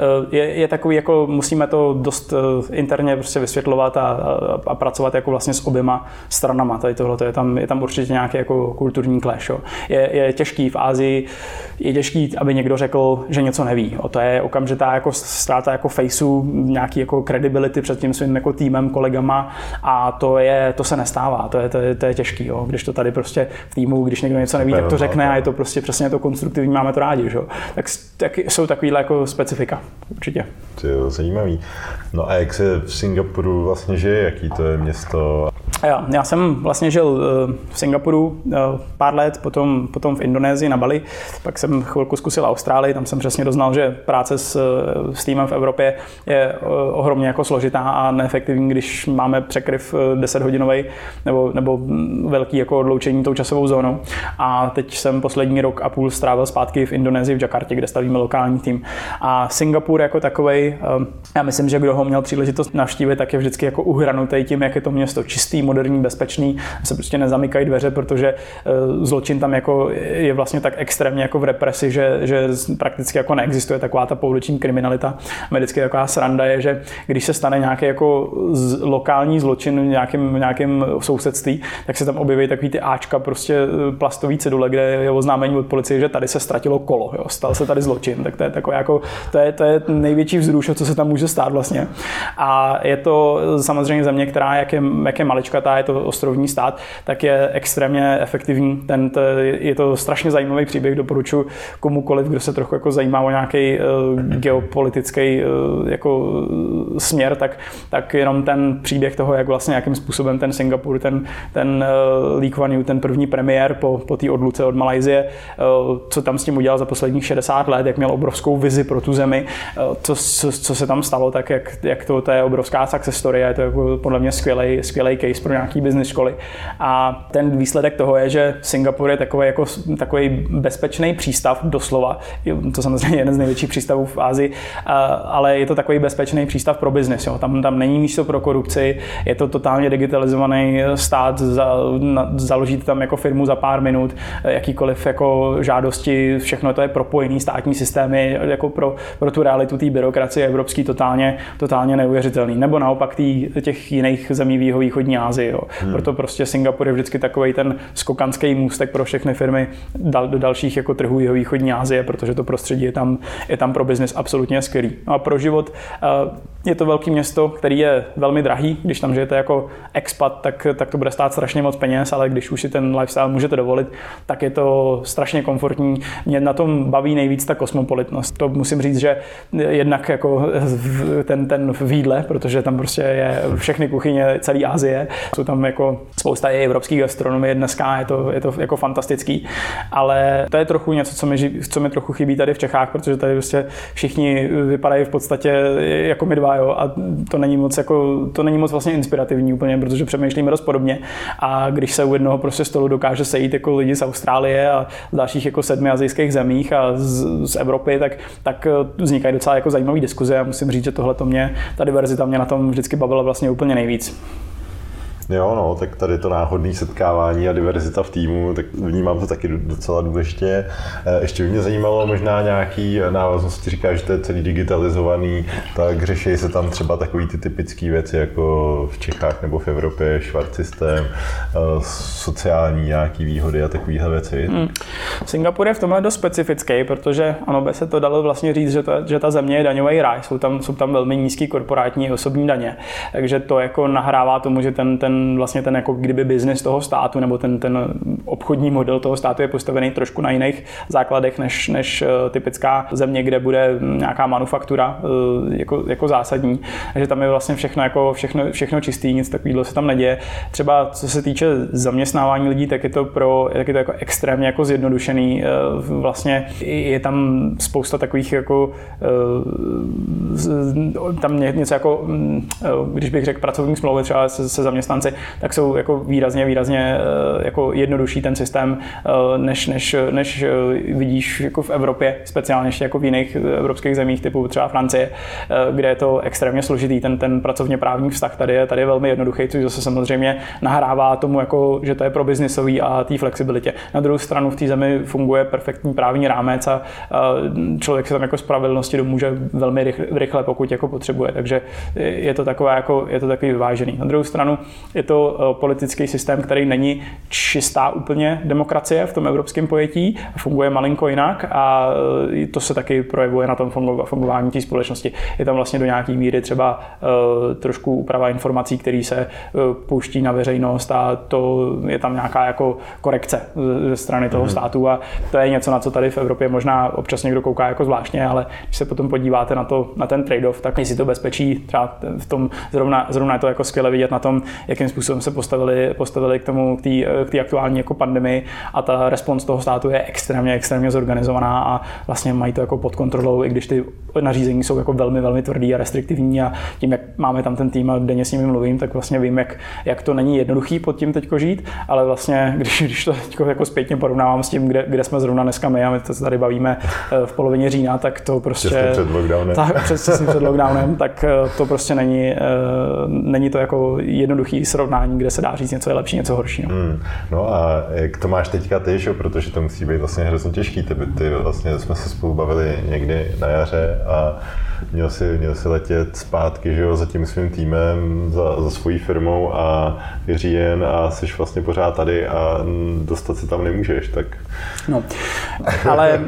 je takový jako musíme to dost interně prostě vysvětlovat a pracovat jako vlastně s oběma stranama. Tady tohle je tam určitě nějaký jako kulturní clash. Jo. Je těžký v Asii, je těžký, aby někdo řekl, že něco neví. To je okamžitá jako ztráta jako faceu, nějaký jako credibility před tím svým jako týmem, kolegama a to se nestává. To je těžký. Jo. Když to tady prostě v týmu, když někdo něco neví, tak to řekne a je to prostě přesně to konstruktivní, máme to rádi. Že? Tak jsou takovýhle jako specifika určitě. To je zajímavý. No a jak se v Singapuru vlastně žije, jaký to je město? Já jsem vlastně žil v Singapuru pár let, potom v Indonésii na Bali, pak jsem chvilku zkusil Austrálii, tam jsem přesně doznal, že práce s týmem v Evropě je ohromně jako složitá a neefektivní, když máme překryv 10hodinový nebo velký jako odloučení tou časovou zónou. A teď jsem poslední rok a půl strávil zpátky v Indonésii v Jakartě, kde stavíme lokální tým. A Singapur jako takovej, já myslím, že kdo ho měl příležitost navštívit, tak je vždycky jako uhranutý tím, jak je to město čistý, moderní, bezpečný, se prostě nezamykají dveře, protože zločin tam jako je vlastně tak extrémně jako v represi, že prakticky jako neexistuje taková ta pouliční kriminalita. Vždycky taková sranda je, že když se stane nějaký jako lokální zločin v nějakém sousedství, tak se tam objeví takový ty áčka, prostě plastový cedule, kde je oznámení od policie, že tady se ztratilo kolo, jo, stal se tady zločin, tak to je takové jako to je největší vzruš, co se tam může stát vlastně. A je to samozřejmě země, která jak je maličkatá, je to ostrovní stát, tak je extrémně efektivní. Je to strašně zajímavý příběh, doporučuji komukoliv, kdo se trochu jako zajímá o nějaký geopolitický jako směr, tak jenom ten příběh toho, jak vlastně jakým způsobem ten Singapur, ten Lee Kuan Yew, ten první premiér po té odluce od Malajsie, co tam s tím udělal za posledních 60 let, jak měl obrovskou vizi pro tu zemi, co se tam stalo, tak jak to je obrovská success story a je to jako podle mě skvělý case pro nějaký business školy. A ten výsledek toho je, že Singapur je takový bezpečný přístav doslova. To samozřejmě jeden z největších přístavů v Asii, ale je to takový bezpečný přístav pro business. Jo. Tam není místo pro korupci, je to totálně digitalizovaný stát, založíte tam jako firmu za pár minut, jakýkoliv jako žádosti, všechno to je propojený státní systémy, jako pro tu realitu té byrokracie evropský totálně neuvěřitelný. Nebo naopak těch jiných zemí v jihovýchodní Asii. Jo. Proto prostě Singapur je vždycky takový ten skokanský můstek pro všechny firmy do dalších jako trhů jihovýchodní Asie, protože to prostředí je tam pro biznis absolutně skvělý. No a pro život je to velké město, který je velmi drahý. Když tam žijete jako expat, tak to bude stát strašně moc peněz, ale když už si ten lifestyle můžete dovolit, tak je to strašně komfortní. Mě na tom baví nejvíc ta kosmopolitnost. To musím říct, že jednak jako ten v jídle, protože tam prostě je všechny kuchyně celé Asie. Jsou tam jako spousta i evropských gastronomie dneska, je to jako fantastický, ale to je trochu něco, co mi trochu chybí tady v Čechách, protože tady prostě všichni vypadají v podstatě jako my dva, jo, a to není moc vlastně inspirativní úplně, protože přemýšlíme dost podobně a když se u jednoho prostě stolu dokáže sejít jako lidi z Austrálie a z dalších jako 7 asijských zemích a z Evropy, tak vznikají docela jako zajímavé diskuze a musím říct, že ta diverzita mě na tom vždycky bavila vlastně úplně nejvíc. Jo, no, tak tady to náhodné setkávání a diverzita v týmu, tak vnímám to taky docela důležitě. Ještě by mě zajímalo možná nějaký návaznosti, říkáš, že to je celý digitalizovaný, tak řeší se tam třeba takový ty typické věci, jako v Čechách nebo v Evropě, Schwarz systém, sociální nějaký výhody a takovéhle věci. Singapur je v tomhle dost specifický, protože ono by se to dalo vlastně říct, že ta země je daňový ráj, jsou tam velmi nízký korporátní osobní daně, takže to jako nahrává tomu, že ten jako kdyby biznis toho státu nebo ten obchodní model toho státu je postavený trošku na jiných základech než typická země, kde bude nějaká manufaktura jako zásadní. Takže tam je vlastně všechno čistý, nic takového se tam neděje. Třeba co se týče zaměstnávání lidí, tak je to jako extrémně jako zjednodušený. Vlastně je tam spousta takových jako tam něco jako, když bych řekl pracovní smlouvy třeba se zaměstnanci, tak jsou jako výrazně jako jednodušší ten systém, než vidíš jako v Evropě, speciálně ještě jako v jiných evropských zemích typu třeba Francie, kde je to extrémně složitý, ten pracovně právní vztah tady je velmi jednoduchý, což zase samozřejmě nahrává tomu, jako, že to je pro biznisový a té flexibilitě. Na druhou stranu v té zemi funguje perfektní právní rámec a člověk se tam jako spravedlnosti domůže velmi rychle, pokud jako potřebuje, takže je to takový vyvážený. Na druhou stranu je to politický systém, který není čistá úplně demokracie v tom evropském pojetí, funguje malinko jinak a to se taky projevuje na tom fungování té společnosti. Je tam vlastně do nějaké míry třeba trošku úprava informací, které se pouští na veřejnost a to je tam nějaká jako korekce ze strany toho státu a to je něco, na co tady v Evropě možná občas někdo kouká jako zvláštně, ale když se potom podíváte na ten trade-off, tak jestli to bezpečí, třeba v tom zrovna je to jako skvěle vidět na tom, jakým způsobem se postavili k té aktuální jako pandemii a ta response toho státu je extrémně zorganizovaná a vlastně mají to jako pod kontrolou, i když ty nařízení jsou jako velmi tvrdý a restriktivní a tím, jak máme tam ten tým a denně s nimi mluvím, tak vlastně vím, jak to není jednoduchý pod tím teďko žít, ale vlastně, když to teďko jako zpětně porovnávám s tím, kde jsme zrovna dneska my a my to se tady bavíme v polovině října, tak to prostě před lockdownem, tak to prostě není to jako jednoduchý srovnání, kde se dá říct něco je lepší, něco horší. No a jak to máš teďka ty, že? Protože to musí být vlastně hrozně těžký. Ty vlastně jsme se spolu bavili někdy na jaře a měl si letět zpátky, že jo, za tím svým týmem, za svojí firmou a je říjen a jsi vlastně pořád tady a dostat se tam nemůžeš, tak... No, ale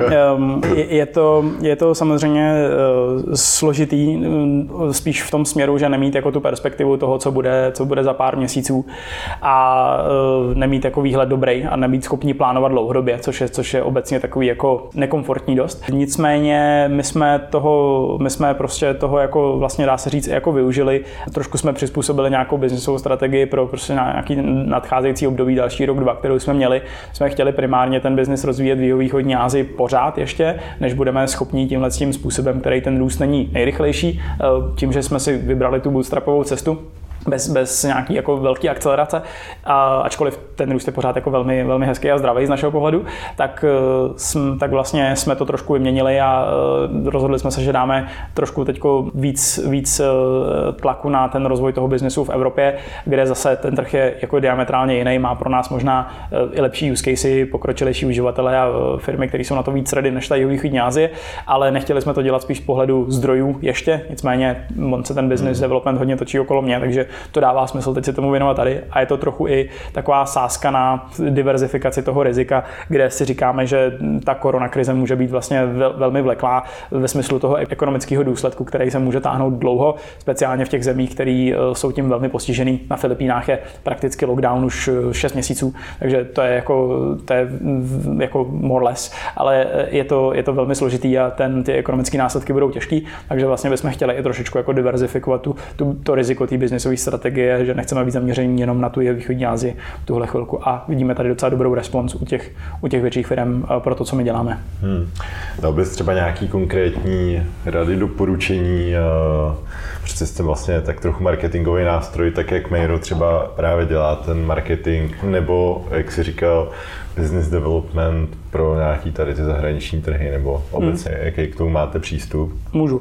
je to samozřejmě složitý, spíš v tom směru, že nemít jako tu perspektivu toho, co bude za pár měsíců a nemít jako výhled dobrý a nemít schopni plánovat dlouhodobě, což je obecně takový jako nekomfortní dost. Nicméně my jsme prostě toho jako vlastně dá se říct jako využili. Trošku jsme přizpůsobili nějakou biznesovou strategii pro prostě nějaký nadcházející období, další rok, 2, kterou jsme měli. Jsme chtěli primárně ten biznis rozvíjet v jihovýchodní Asii pořád ještě, než budeme schopni tím způsobem, který ten růst není nejrychlejší, tím, že jsme si vybrali tu bootstrapovou cestu. Bez nějaký jako velký akcelerace, ačkoliv ten růst je pořád jako velmi, velmi hezký a zdravý z našeho pohledu, tak vlastně jsme to trošku vyměnili a rozhodli jsme se, že dáme trošku teďko víc tlaku na ten rozvoj toho biznesu v Evropě, kde zase ten trh je jako diametrálně jiný, má pro nás možná i lepší use casey, pokročilejší uživatelé a firmy, které jsou na to víc ready než ta jihovýchodní Asie, ale nechtěli jsme to dělat spíš z pohledu zdrojů ještě, nicméně on se ten business development hodně točí okolo mě, takže to dává smysl teď se tomu věnovat tady a je to trochu i taková sázka na diverzifikaci toho rizika, kde si říkáme, že ta koronakrize může být vlastně velmi vleklá ve smyslu toho ekonomického důsledku, který se může táhnout dlouho, speciálně v těch zemích, které jsou tím velmi postižený. Na Filipínách je prakticky lockdown už 6 měsíců, takže to je jako more less, ale je to velmi složitý a ty ekonomické následky budou těžký, takže vlastně bychom chtěli i trošičku jako diverzifikovat to riziko té biznesové strategie, že nechceme být zaměření jenom na tu jihovýchodní Asii v tuhle chvilku a vidíme tady docela dobrou respons u těch větších firm pro to, co my děláme. Dal bys třeba nějaký konkrétní rady, doporučení, protože jste vlastně tak trochu marketingový nástroj, tak jak Meiro třeba právě dělá ten marketing, nebo jak jsi říkal, business development pro nějaký tady ty zahraniční trhy, nebo obecně, jaký k tomu máte přístup? Můžu.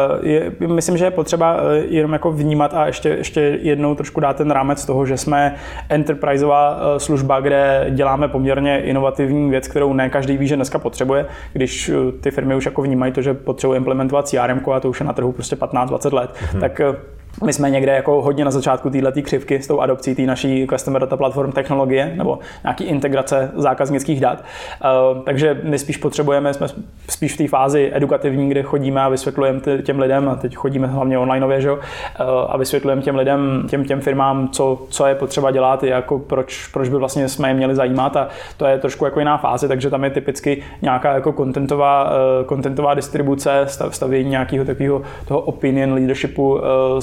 Myslím, že je potřeba jenom jako vnímat a ještě jednou trošku dát ten rámec toho, že jsme enterpriseová služba, kde děláme poměrně inovativní věc, kterou ne každý ví, že dneska potřebuje, když ty firmy už jako vnímají to, že potřebují implementovat CRM, a to už je na trhu prostě 15-20 let, tak my jsme někde jako hodně na začátku této křivky s tou adopcí té naší Customer Data Platform technologie nebo nějaký integrace zákaznických dat. Takže my spíš potřebujeme, jsme spíš v té fázi edukativní, kde chodíme a vysvětlujeme těm lidem, a teď chodíme hlavně onlineově, že? A vysvětlujeme těm lidem, těm firmám, co je potřeba dělat, jako proč by vlastně jsme je měli zajímat, a to je trošku jako jiná fáze, takže tam je typicky nějaká jako contentová distribuce, stavění nějakého takového toho opinion leadershipu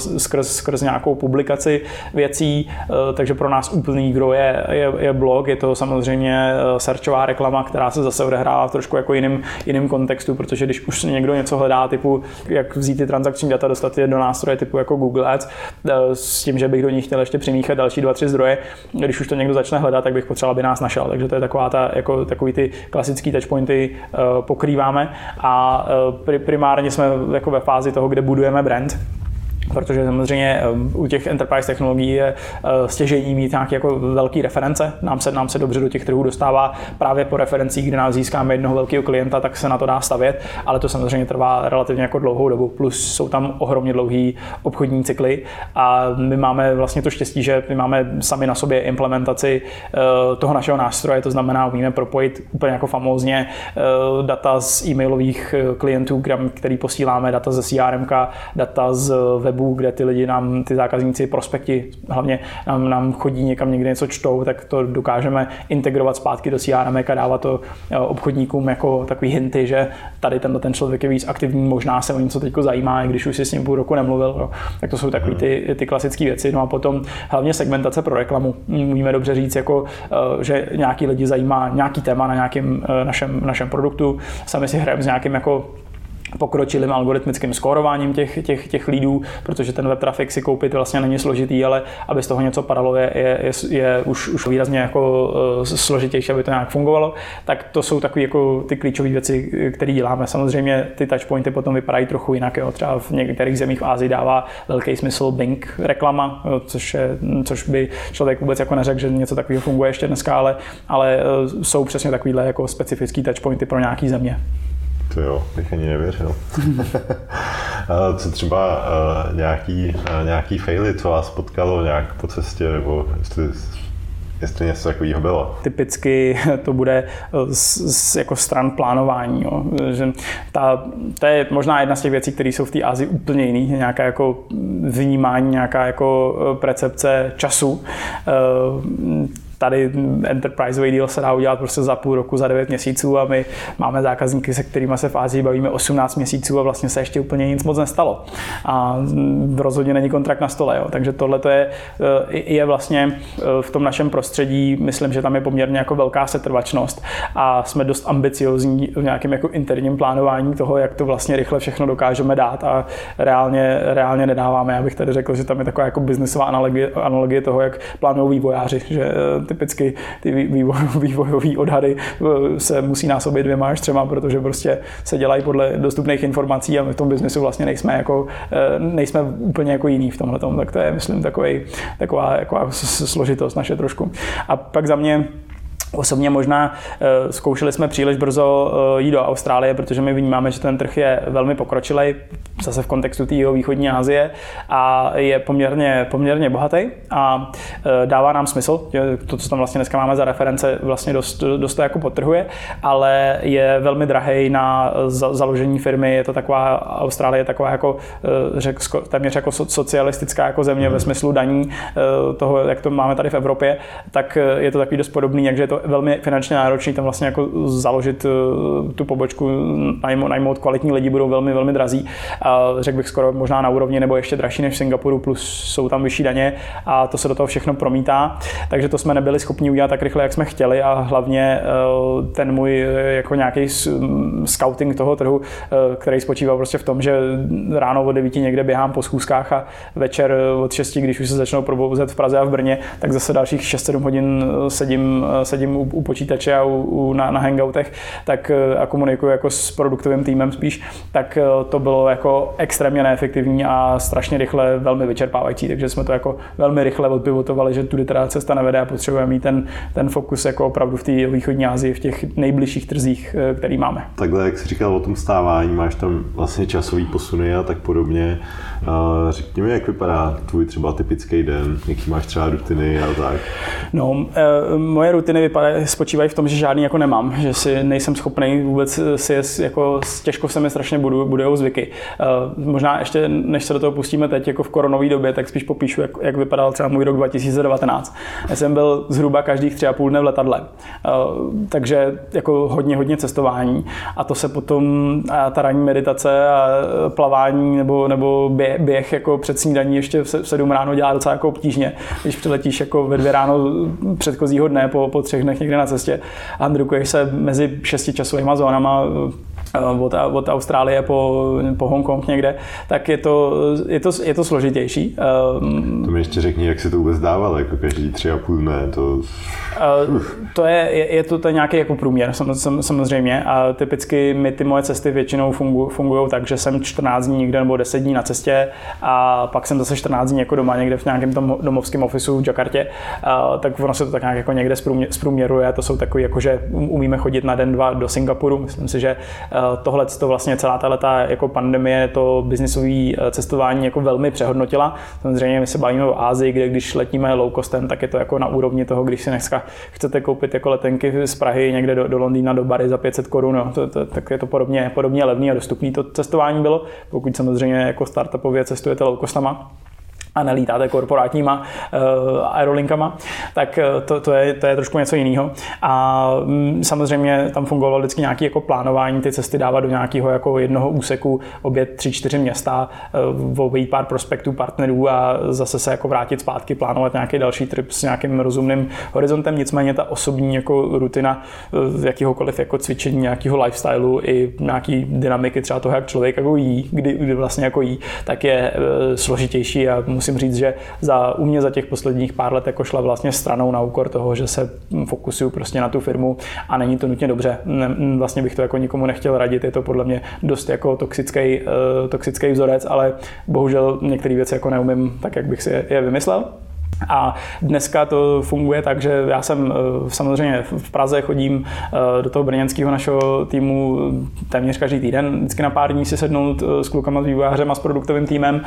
skrz nějakou publikaci věcí, takže pro nás úplný gro je blog, je to samozřejmě searchová reklama, která se zase odehrává v trošku jako jiným kontextu, protože když už někdo něco hledá, typu jak vzít ty transakční data, dostat je do nástroje typu jako Google Ads, s tím, že bych do nich chtěl ještě přimíchat další 2-3 zdroje, když už to někdo začne hledat, tak bych potřeboval, aby nás našel, takže to je takový ty klasický touchpointy pokrýváme a primárně jsme jako ve fázi toho, kde budujeme brand. Protože samozřejmě u těch enterprise technologií je stěžejní mít nějaké jako velké reference. Nám se dobře do těch trhů dostává právě po referencích, kde nás získáme jednoho velkého klienta, tak se na to dá stavět, ale to samozřejmě trvá relativně jako dlouhou dobu, plus jsou tam ohromně dlouhý obchodní cykly a my máme vlastně to štěstí, že my máme sami na sobě implementaci toho našeho nástroje, to znamená, umíme propojit úplně jako famózně data z e-mailových klientů, který posíláme, data ze CRM, data z webu, kde ty lidi ty zákazníci, prospekti, hlavně nám chodí někam někde něco čtou, tak to dokážeme integrovat zpátky do CRM a dávat to obchodníkům jako takový hinty, že tady ten člověk je víc aktivní, možná se o něco teď zajímá, i když už si s ním půl roku nemluvil. No. Tak to jsou takový ty klasické věci. No a potom hlavně segmentace pro reklamu. Můžeme dobře říct, jako, že nějaký lidi zajímá nějaký téma na nějakém našem produktu. Sami si hrajeme s nějakým jako pokročilým algoritmickým skórováním těch leadů, protože ten web trafik si koupit vlastně není složitý, ale aby z toho něco padalo, je už výrazně jako složitější, aby to nějak fungovalo. Tak to jsou takové jako ty klíčové věci, které děláme. Samozřejmě ty touchpointy potom vypadají trochu jinak. Jo. Třeba v některých zemích v Asii dává velký smysl Bing reklama, což by člověk vůbec jako neřekl, že něco takového funguje ještě dneska, ale jsou přesně takovýhle jako specifický touchpointy pro nějaký země. To jo, bych ani nevěřil. Co třeba nějaký faily, co vás potkalo nějak po cestě, nebo jestli něco takového bylo? Typicky to bude jako stran plánování. Jo. Že to je možná jedna z těch věcí, které jsou v té Asii úplně jiný. Nějaká jako vnímání, nějaká jako percepce času. Tady enterpriseový deal se dá udělat prostě za půl roku, za 9 měsíců a my máme zákazníky, se kterými se v Asii bavíme 18 měsíců a vlastně se ještě úplně nic moc nestalo. A rozhodně není kontrakt na stole. Jo. Takže tohle je vlastně v tom našem prostředí, myslím, že tam je poměrně jako velká setrvačnost a jsme dost ambiciozní v nějakém jako interním plánování toho, jak to vlastně rychle všechno dokážeme dát a reálně nedáváme. Já bych tady řekl, že tam je taková jako biznesová analogie toho, jak plánují vývojáři, že typicky ty vývojové odhady se musí násobit 2 až 3, protože prostě se dělají podle dostupných informací a my v tom biznesu vlastně nejsme úplně jako jiný v tomhletom. Tak to je, myslím, taková složitost naše trošku. A pak za mě osobně možná zkoušeli jsme příliš brzo jít do Austrálie, protože my vnímáme, že ten trh je velmi pokročilej, zase v kontextu té východní Asie a je poměrně bohatý a dává nám smysl. To, co tam vlastně dneska máme za reference, vlastně dost to jako podtrhuje, ale je velmi drahej na založení firmy. Je to Austrálie je taková jako téměř jako socialistická jako země ve smyslu daní toho, jak to máme tady v Evropě, tak je to takový dost podobný, takže je to velmi finančně náročný tam vlastně jako založit tu pobočku, najmout kvalitní lidi, budou velmi, velmi drazí. Řekl bych skoro možná na úrovni nebo ještě dražší než v Singapuru, plus jsou tam vyšší daně a to se do toho všechno promítá. Takže to jsme nebyli schopni udělat tak rychle, jak jsme chtěli a hlavně ten můj jako nějaký scouting toho trhu, který spočíval prostě v tom, že ráno od 9 někde běhám po schůzkách a večer od 6, když už se začnou probouzet v Praze a v Brně, tak zase dalších 6-7 hodin sedím sedím u počítače a na hangoutech, tak a komunikuju jako s produktovým týmem spíš, tak to bylo jako extrémně neefektivní a strašně rychle velmi vyčerpávající, takže jsme to jako velmi rychle odpivotovali, že tudy teda cesta nevede a potřebujeme mít ten fokus jako opravdu v té východní Asii, v těch nejbližších trzích, který máme. Takhle, jak jsi říkal o tom stávání, máš tam vlastně časový posuny a tak podobně. Řekni mi, jak vypadá tvůj třeba typický den, jaký máš třeba rutiny a tak? No, moje rutiny spočívají v tom, že žádný jako nemám, že si nejsem schopný vůbec si jako těžko se mi strašně budujou zvyky. Možná ještě, než se do toho pustíme teď jako v koronové době, tak spíš popíšu, jak vypadal třeba můj rok 2019. Já jsem byl zhruba každých 3,5 dne v letadle, takže jako hodně cestování a to se potom, ta ranní meditace a plavání nebo běh jako před snídaní ještě v 7 ráno dělá docela jako obtížně, když přiletíš jako ve 2 ráno předchozího dne po 3 dnech někde na cestě a handrukuješ se mezi 6 časovými zónama od Austrálie po Hongkong někde, tak je to složitější. To mi ještě řekni, jak se to vůbec dávalo, jako každý 3,5 dne, to je to nějaký jako průměr samozřejmě a typicky ty moje cesty většinou fungují tak, že jsem 14 dní někde nebo 10 dní na cestě a pak jsem zase 14 dní jako doma někde v nějakém tom domovském ofisu v Jakartě, tak ono se to tak nějak jako někde zprůměruje, to jsou takový jako, že umíme chodit na den, 2 do Singapuru, myslím si, že tohle to vlastně celá ta jako pandemie, to biznisové cestování jako velmi přehodnotila. Samozřejmě my se bavíme o Asii, kde když letíme low costem, tak je to jako na úrovni toho, když si dneska chcete koupit jako letenky z Prahy někde do Londýna, do Bari za 500 korun, no, tak je to podobně levný a dostupný to cestování bylo, pokud samozřejmě jako startupově cestujete low costama a nelítáte korporátníma aerolinkama, tak to je trošku něco jiného. A samozřejmě tam fungovalo vždycky nějaké jako plánování, ty cesty dávat do nějakého jako jednoho úseku, objet 3-4 města, obejít pár prospektů, partnerů a zase se jako vrátit zpátky, plánovat nějaký další trip s nějakým rozumným horizontem. Nicméně ta osobní jako rutina jakýhokoliv jako cvičení, nějakého lifestylu i nějaký dynamiky třeba toho, jak člověk jako jí, kdy vlastně jako jí, tak je složitější a musím říct, že u mě za těch posledních pár let jako šla vlastně stranou na úkor toho, že se fokusuju prostě na tu firmu a není to nutně dobře. Vlastně bych to jako nikomu nechtěl radit, je to podle mě dost jako toxický vzorec, ale bohužel některé věci jako neumím tak, jak bych si je vymyslel. A dneska to funguje tak, že já jsem samozřejmě v Praze, chodím do toho brněnského našeho týmu téměř každý týden, vždycky na pár dní si sednout s klukama, s vývojářem a s produktovým týmem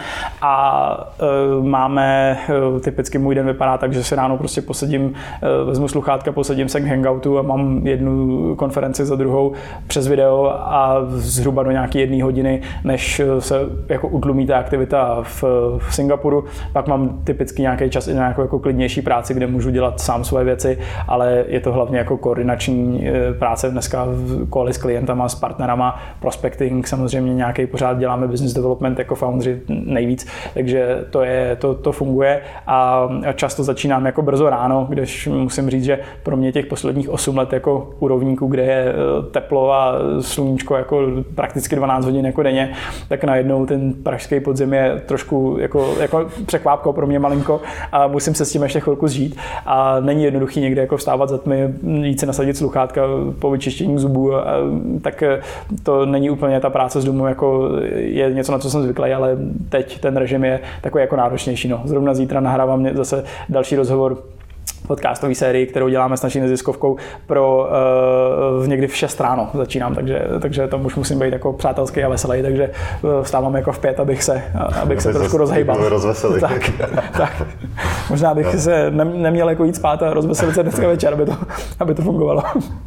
a máme, typicky můj den vypadá tak, že si ráno prostě posedím, vezmu sluchátka, posedím se k hangoutu a mám jednu konferenci za druhou přes video a zhruba do nějaké 1 hodiny, než se jako utlumí ta aktivita v Singapuru, pak mám typicky nějaký čas i nějakou jako klidnější práci, kde můžu dělat sám svoje věci, ale je to hlavně jako koordinační práce dneska v koli s klientama, s partnerama, prospecting, samozřejmě nějaký pořád děláme business development jako foundři nejvíc, takže to funguje a často začínám jako brzo ráno, když musím říct, že pro mě těch posledních 8 let jako u rovníku, kde je teplo a sluníčko jako prakticky 12 hodin jako denně, tak najednou ten pražský podzim je trošku jako překvápko pro mě malinko a musím se s tím ještě chvilku zžít a není jednoduchý někde jako vstávat za tmy, jít si nasadit sluchátka po vyčištění zubů, tak to není úplně ta práce z domu, jako je něco, na co jsem zvyklý, ale teď ten režim je takový jako náročnější. No. Zrovna zítra nahrávám zase další rozhovor podcastové sérii, kterou děláme s naší neziskovkou někdy v 6 ráno začínám, takže tam už musím být jako přátelský a veselý, takže vstávám jako v 5, abych se trošku rozhejbal. Tak. Možná bych se neměl jako jít spát a rozveselit se dneska večer, aby to fungovalo.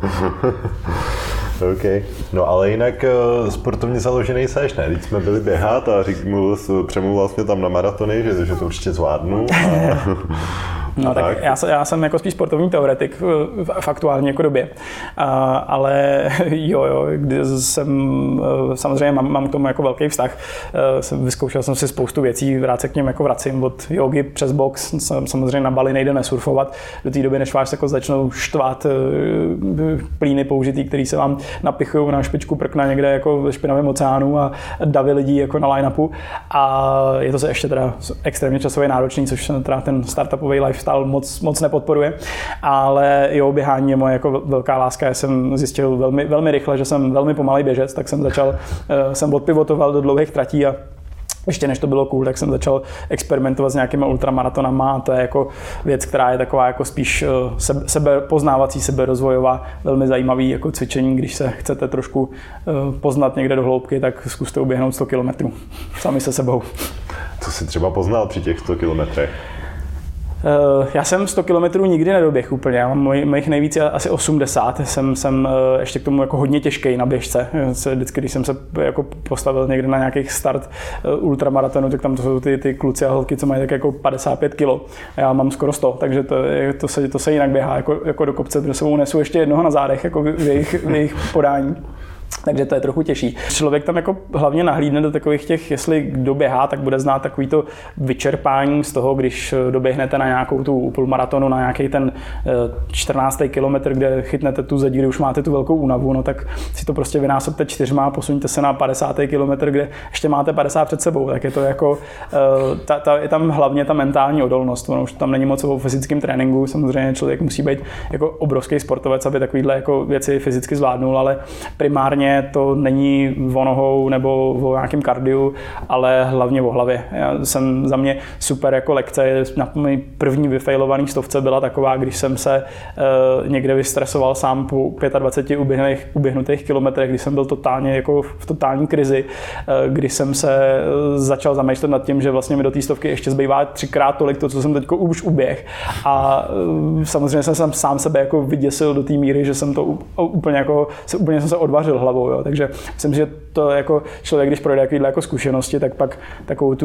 OK. No ale jinak sportovně založený seš, ne? Teď jsme byli běhat a přemluvil jsi mě tam na maratony, že to určitě zvládnu. No tak já jsem jako spíš sportovní teoretik v aktuální jako době, ale jo, jsem samozřejmě mám k tomu jako velký vztah. Vyzkoušel jsem si spoustu věcí, rád se k něm jako vracím, od jogy přes box, samozřejmě na Bali nejde nesurfovat, do té doby, než vás jako začnou štvát plíny použitý, který se vám napichují na špičku prkna někde jako ve špinavém oceánu a daví lidí jako na line-upu a je to se ještě teda extrémně časově náročný, což teda ten startupový lifestyle lifestyle moc nepodporuje, ale jo, běhání je moje jako velká láska. Já jsem zjistil velmi rychle, že jsem velmi pomalý běžec, tak jsem odpivotoval do dlouhých tratí a ještě než to bylo cool, tak jsem začal experimentovat s nějakými ultramaratonama a to je jako věc, která je taková jako spíš sebepoznávací, seberozvojová, velmi zajímavý jako cvičení, když se chcete trošku poznat někde do hloubky, tak zkuste uběhnout 100 km sami se sebou. Co jsi třeba poznal při těch 100 kilometrech? Já jsem 100 km nikdy nedoběh úplně, já mám mojich nejvíc asi 80, jsem ještě k tomu jako hodně těžkej na běžce. Vždycky, když jsem se jako postavil někde na nějakých start ultramaratonu, tak tam to jsou ty kluci a holky, co mají tak jako 55 kg. Já mám skoro 100, takže to se jinak běhá jako do kopce, protože sebou nesu ještě jednoho na zádech jako v jejich podání. Takže to je trochu těžší. Člověk tam jako hlavně nahlídne do takových těch, jestli kdo běhá, tak bude znát takový to vyčerpání z toho, když doběhnete na nějakou tu půlmaratonu, na nějaký ten 14. kilometr, kde chytnete tu zeď, kde už máte tu velkou únavu, no tak si to prostě vynásobte 4, posuňte se na 50. kilometr, kde ještě máte 50 před sebou, tak je to jako, je tam hlavně ta mentální odolnost, ono už tam není moc o fyzickém tréninku, samozřejmě člověk musí být jako obrovský sportovec, aby takovýhle jako věci fyzicky zvládnul, ale primárně to není o nohou nebo o nějakém kardiu, ale hlavně o hlavě. Jsem za mě super jako lekce. Na mý první vyfailovaný 100 byla taková, když jsem se někde vystresoval sám po 25 uběhnutých kilometrech, když jsem byl totálně jako v totální krizi, když jsem se začal zamýšlet nad tím, že vlastně mi do té 100 ještě zbývá 3x tolik to, co jsem teď už uběh. A samozřejmě jsem sám sebe jako vyděsil do té míry, že jsem to úplně jsem se odvařil hlavou. Jo. Takže myslím, že to jako člověk, když projde takovýhle jako zkušenosti, tak pak takovou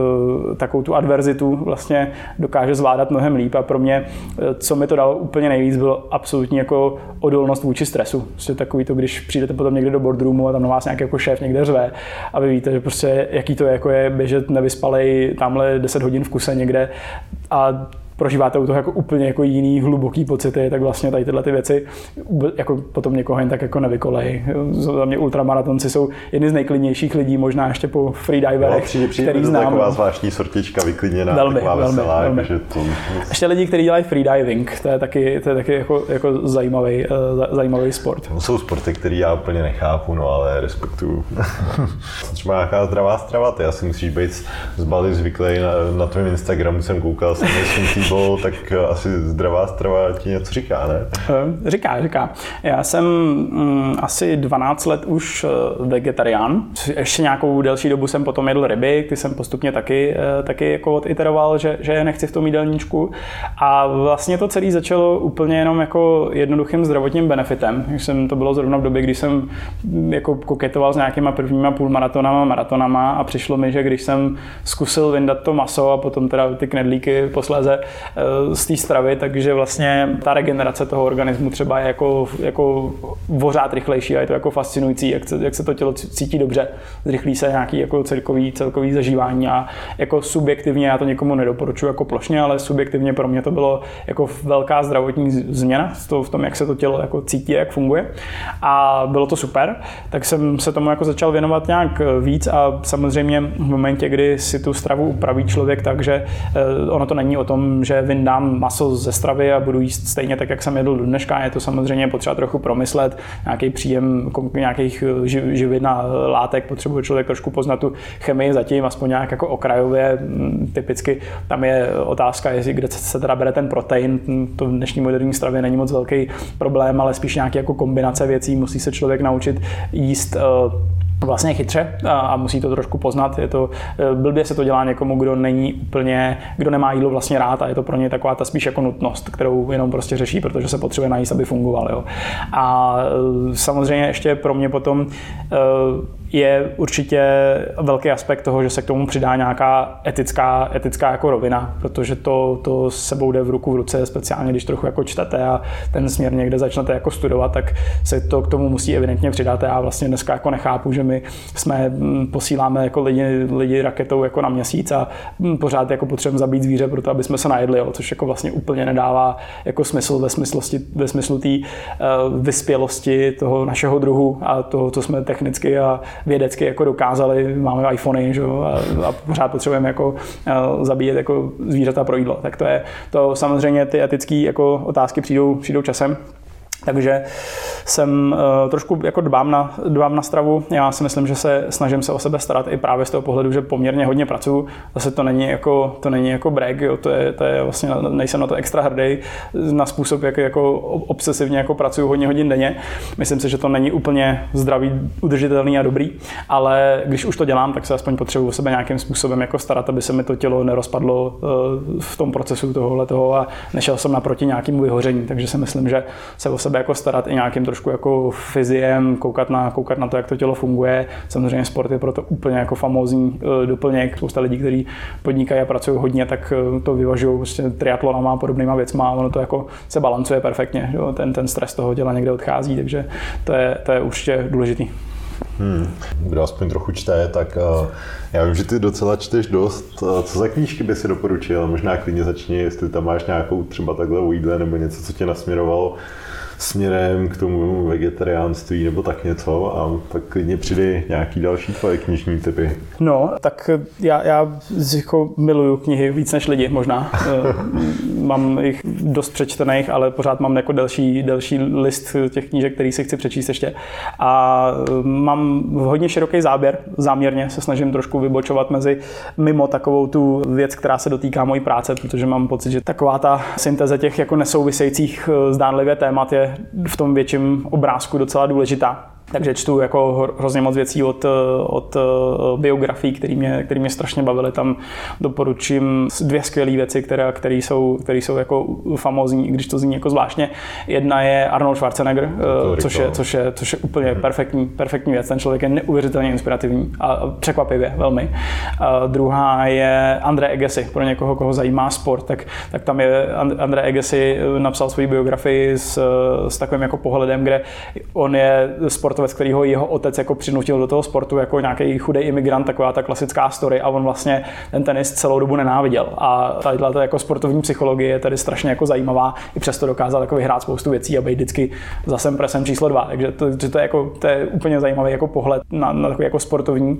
tu adverzitu vlastně dokáže zvládat mnohem líp. A pro mě, co mi to dalo úplně nejvíc, bylo absolutní jako odolnost vůči stresu. Prostě takový to, když přijdete potom někde do boardroomu a tam na vás nějaký jako šéf někde řve a vy víte, že prostě jaký to je, jako je běžet nevyspalej tamhle 10 hodin v kuse někde a prožíváte u toho jako úplně jako jiný hluboký pocity, tak vlastně tady tyhle ty věci jako potom někoho jen tak jako nevykolej. Za mě ultramaratonci jsou jedni z nejklidnějších lidí, možná ještě po freediverech, který znám. Taková zvláštní sortička vyklidněná, velmi, taková veselá. Velmi. Ještě lidi, kteří dělají freediving, to je taky jako zajímavý sport. Jsou sporty, které já úplně nechápu, no ale respektuju. Třeba nějaká zdravá strava, ty asi musíš být z Bali zvyklý, na tvém Instagramu jsem koukal, tak asi zdravá strava ti něco říká, ne? Říká. Já jsem asi 12 let už vegetarián. Ještě nějakou delší dobu jsem potom jedl ryby, ty jsem postupně taky jako oditeroval, že je nechci v tom jídelníčku. A vlastně to celé začalo úplně jenom jako jednoduchým zdravotním benefitem. To bylo zrovna v době, kdy jsem jako koketoval s nějakýma prvníma půlmaratonama, maratonama a přišlo mi, že když jsem zkusil vyndat to maso a potom teda ty knedlíky posléze z té stravy, takže vlastně ta regenerace toho organismu třeba je jako vořád rychlejší a je to jako fascinující, jak se to tělo cítí dobře. Zrychlí se nějaký jako celkový zažívání a jako subjektivně, já to někomu nedoporučuji jako plošně, ale subjektivně pro mě to bylo jako velká zdravotní změna v tom, jak se to tělo jako cítí, jak funguje. A bylo to super, tak jsem se tomu jako začal věnovat nějak víc a samozřejmě v momentě, kdy si tu stravu upraví člověk tak, že ono to není o tom, že vyndám maso ze stravy a budu jíst stejně tak, jak jsem jedl do dneška. Je to samozřejmě potřeba trochu promyslet, nějaký příjem nějakých živin a látek, potřebuje člověk trošku poznat tu chemii zatím, aspoň nějak jako okrajově. Typicky tam je otázka, kde se teda bere ten protein. To v dnešní moderní stravě není moc velký problém, ale spíš nějaký jako kombinace věcí. Musí se člověk naučit jíst vlastně chytře a musí to trošku poznat. Blbě se to dělá někomu, kdo nemá jídlo vlastně rád a je to pro ně taková ta spíš jako nutnost, kterou jenom prostě řeší, protože se potřebuje najíst, aby fungoval. Jo. A samozřejmě ještě pro mě potom je určitě velký aspekt toho, že se k tomu přidá nějaká etická jako rovina, protože to s sebou jde v ruku v ruce, speciálně když trochu jako čtete a ten směr někde začnete jako studovat, tak se to k tomu musí evidentně přidat. Já vlastně dneska jako nechápu, že my posíláme jako lidi raketou jako na měsíc a pořád jako potřebujeme zabít zvíře pro to, aby jsme se najedli, jo, což jako vlastně úplně nedává jako smysl ve smyslu té vyspělosti toho našeho druhu a toho, co jsme technicky a vědecky jako dokázali. Máme iPhony, že jo, a pořád potřebujeme jako zabíjet jako zvířata pro jídlo. Tak to samozřejmě ty etické jako otázky přijdou časem. Takže jsem trošku jako dbám na stravu. Já si myslím, že snažím se o sebe starat i právě z toho pohledu, že poměrně hodně pracuji. Zase to není jako brag, jo. To je vlastně, nejsem na to extra hrdý na způsob, jak jako obsesivně jako pracuji hodně hodin denně. Myslím si, že to není úplně zdravý, udržitelný a dobrý, ale když už to dělám, tak se aspoň potřebuji o sebe nějakým způsobem jako starat, aby se mi to tělo nerozpadlo v tom procesu tohohletoho a nešel jsem naproti nějakému vyhoření. Takže si myslím, že se o sebe jako starat i nějakým trošku jako fyziem, koukat na to, jak to tělo funguje. Samozřejmě sport je proto úplně jako famózní doplněk. Spousta lidí, kteří podnikají a pracují hodně, tak to vyvažují prostě triatlonama a podobnýma věcma a ono to jako se balancuje perfektně. Jo? Ten stres toho těla někde odchází, takže to je určitě důležitý. Kdo aspoň trochu čte, tak já vím, že ty docela čteš dost. Co za knížky by si doporučil? Možná klidně začni, jestli tam máš nějakou třeba takhle o jídle nebo něco, co tě nasměrovalo směrem k tomu vegetariánství nebo tak něco a tak klidně přidej nějaký další tvoje knižní tipy. No, tak já jako miluju knihy víc než lidi možná. Mám jich dost přečtených, ale pořád mám jako delší list těch knížek, který si chci přečíst ještě. A mám hodně široký záběr. Záměrně se snažím trošku vybočovat mimo takovou tu věc, která se dotýká mojí práce, protože mám pocit, že taková ta syntéza těch jako nesouvisejících zdánlivě témat je v tom větším obrázku docela důležitá. Takže čtu jako hrozně moc věcí od biografií, které mě strašně bavily. Tam doporučím 2 skvělé věci, které jsou jako famózní, když to zní jako zvláštně. Jedna je Arnold Schwarzenegger, což je úplně perfektní věc. Ten člověk je neuvěřitelně inspirativní a překvapivě velmi. A druhá je André Agassi, pro někoho, koho zajímá sport, tak tam je André Agassi napsal svou biografii s takovým jako pohledem, kde on je sportovec, kterýho jeho otec jako přinutil do toho sportu jako nějaký chudý imigrant, taková ta klasická story a on vlastně ten tenis celou dobu nenáviděl. A tato jako sportovní psychologie je tady strašně jako zajímavá, i přesto dokázal jako vyhrát spoustu věcí a být vždycky za presem číslo 2. Takže to je úplně zajímavý jako pohled na takový jako sportovní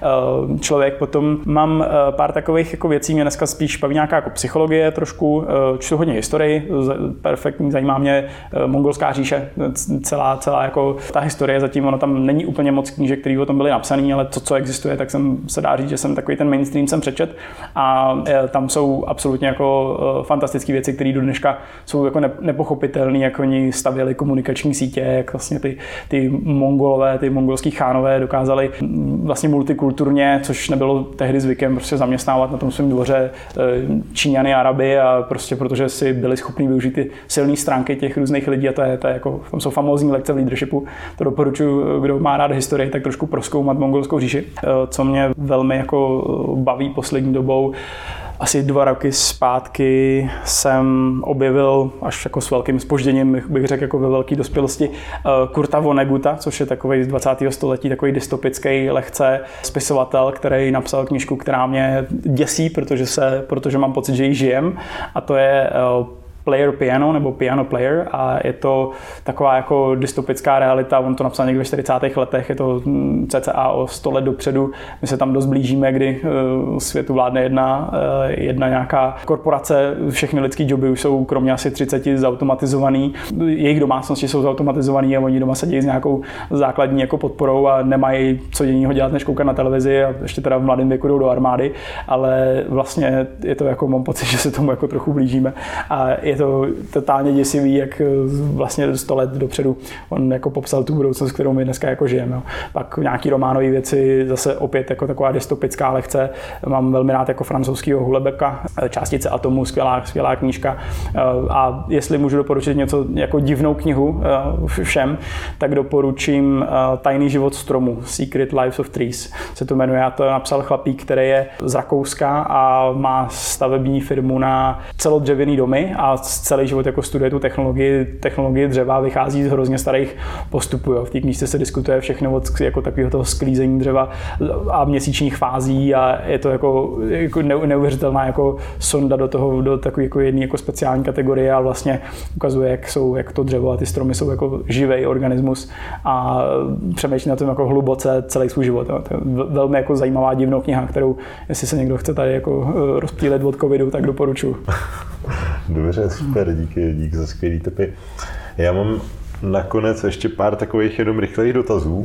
člověk. Potom mám pár takových jako věcí, mě dneska spíš baví nějaká jako psychologie trošku, čtu hodně historii, perfektní, zajímá mě mongolská říše, celá jako ta historie, zatím ono tam není úplně moc knížek, které o tom byly napsané, ale to, co existuje, tak se dá říct, že jsem takový ten mainstream jsem přečet a tam jsou absolutně jako fantastické věci, které do dneška jsou jako nepochopitelné, jak oni stavěli komunikační sítě, jak vlastně ty Mongolové, ty mongolský chánové dokázali vlastně multikulturně, což nebylo tehdy zvykem, prostě zaměstnávat na tom svém dvoře Číňany, Araby a prostě protože si byli schopni využít ty silné stránky těch různých lidí a to je jako, tam jsou famózní lekce v leadershipu. To doporučuji, kdo má rád historii, tak trošku prozkoumat mongolskou říši. Co mě velmi jako baví poslední dobou, asi 2 roky zpátky jsem objevil, až jako s velkým zpožděním, bych řekl jako ve velké dospělosti, Kurta Vonneguta, což je takový z 20. století, takový dystopický lehce spisovatel, který napsal knížku, která mě děsí, protože mám pocit, že ji žijem, a to je Player Piano nebo Piano Player a je to taková jako dystopická realita, on to napsal někdy ve 40. letech, je to cca o 100 let dopředu, my se tam dost blížíme, kdy světu vládne jedna nějaká korporace, všechny lidský joby už jsou kromě asi 30 zautomatizovaný, jejich domácnosti jsou zautomatizovaný a oni doma sedí s nějakou základní jako podporou a nemají co jinýho dělat, než koukat na televizi a ještě teda v mladém věku jdou do armády, ale vlastně je to jako, mám pocit, že se tomu jako trochu blížíme a je to totálně děsivý, jak vlastně 100 let dopředu on jako popsal tu budoucnost, kterou my dneska jako žijeme. No. Pak nějaký románové věci, zase opět jako taková dystopická lekce. Mám velmi rád jako francouzského Houellebecqa, Částice atomu, skvělá knížka. A jestli můžu doporučit něco jako divnou knihu všem, tak doporučím Tajný život stromů, Secret Lives of Trees se to jmenuje. A to napsal chlapík, který je z Rakouska a má stavební firmu na celodřevěný domy a celý život jako studuje tu technologii dřeva, vychází z hrozně starých postupů. Jo. V té knížce se diskutuje všechno od jako takového toho sklízení dřeva a měsíčních fází a je to jako neuvěřitelná jako sonda do takové jako jedné jako speciální kategorie a vlastně ukazuje, jak to dřevo a ty stromy jsou jako živý organismus a přemýšlí na tom jako hluboce celý svůj život. Jo. To je velmi jako zajímavá divnou kniha, kterou, jestli se někdo chce tady jako rozptýlit od covidu, tak doporučuji. Dobře, super, díky za skvělý tipy. Já mám nakonec ještě pár takových jenom rychlých dotazů.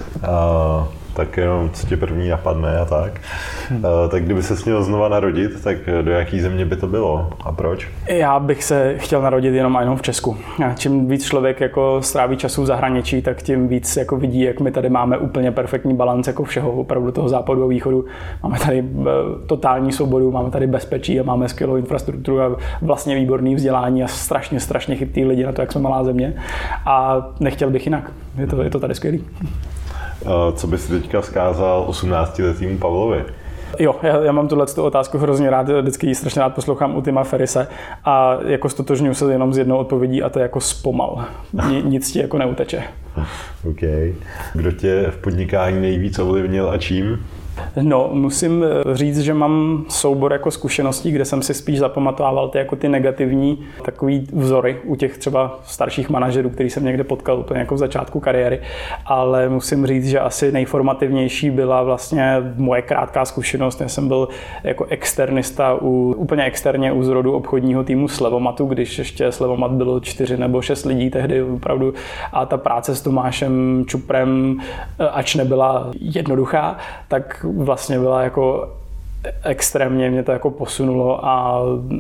Tak jenom, co tě první napadne a tak. Tak kdyby se měl znova narodit, tak do jaký země by to bylo a proč? Já bych se chtěl narodit jenom a jenom v Česku. Čím víc člověk jako stráví času v zahraničí, tak tím víc jako vidí, jak my tady máme úplně perfektní balans jako všeho, opravdu toho západu a východu. Máme tady totální svobodu, máme tady bezpečí a máme skvělou infrastrukturu a vlastně výborný vzdělání a strašně chytrý lidi na to, jak jsme malá země. A nechtěl bych jinak. Je to tady skvělý. Co bys teďka vzkázal 18-letýmu Pavlovi? Jo, já mám tuhle otázku hrozně rád, vždycky ji strašně rád poslouchám u Tima Ferrise a jako stotožňuji se jenom s jednou odpovědí a to je jako zpomal. Nic ti jako neuteče. OK. Kdo tě v podnikání nejvíc ovlivnil a čím? No, musím říct, že mám soubor jako zkušeností, kde jsem si spíš zapamatovával ty negativní takový vzory u těch třeba starších manažerů, který jsem někde potkal úplně jako v začátku kariéry, ale musím říct, že asi nejformativnější byla vlastně moje krátká zkušenost. Já jsem byl jako externista úplně externě u zrodu obchodního týmu Slevomatu, když ještě Slevomat bylo 4 nebo 6 lidí tehdy opravdu a ta práce s Tomášem Čuprem, ač nebyla jednoduchá, tak vlastně byla jako extrémně, mě to jako posunulo a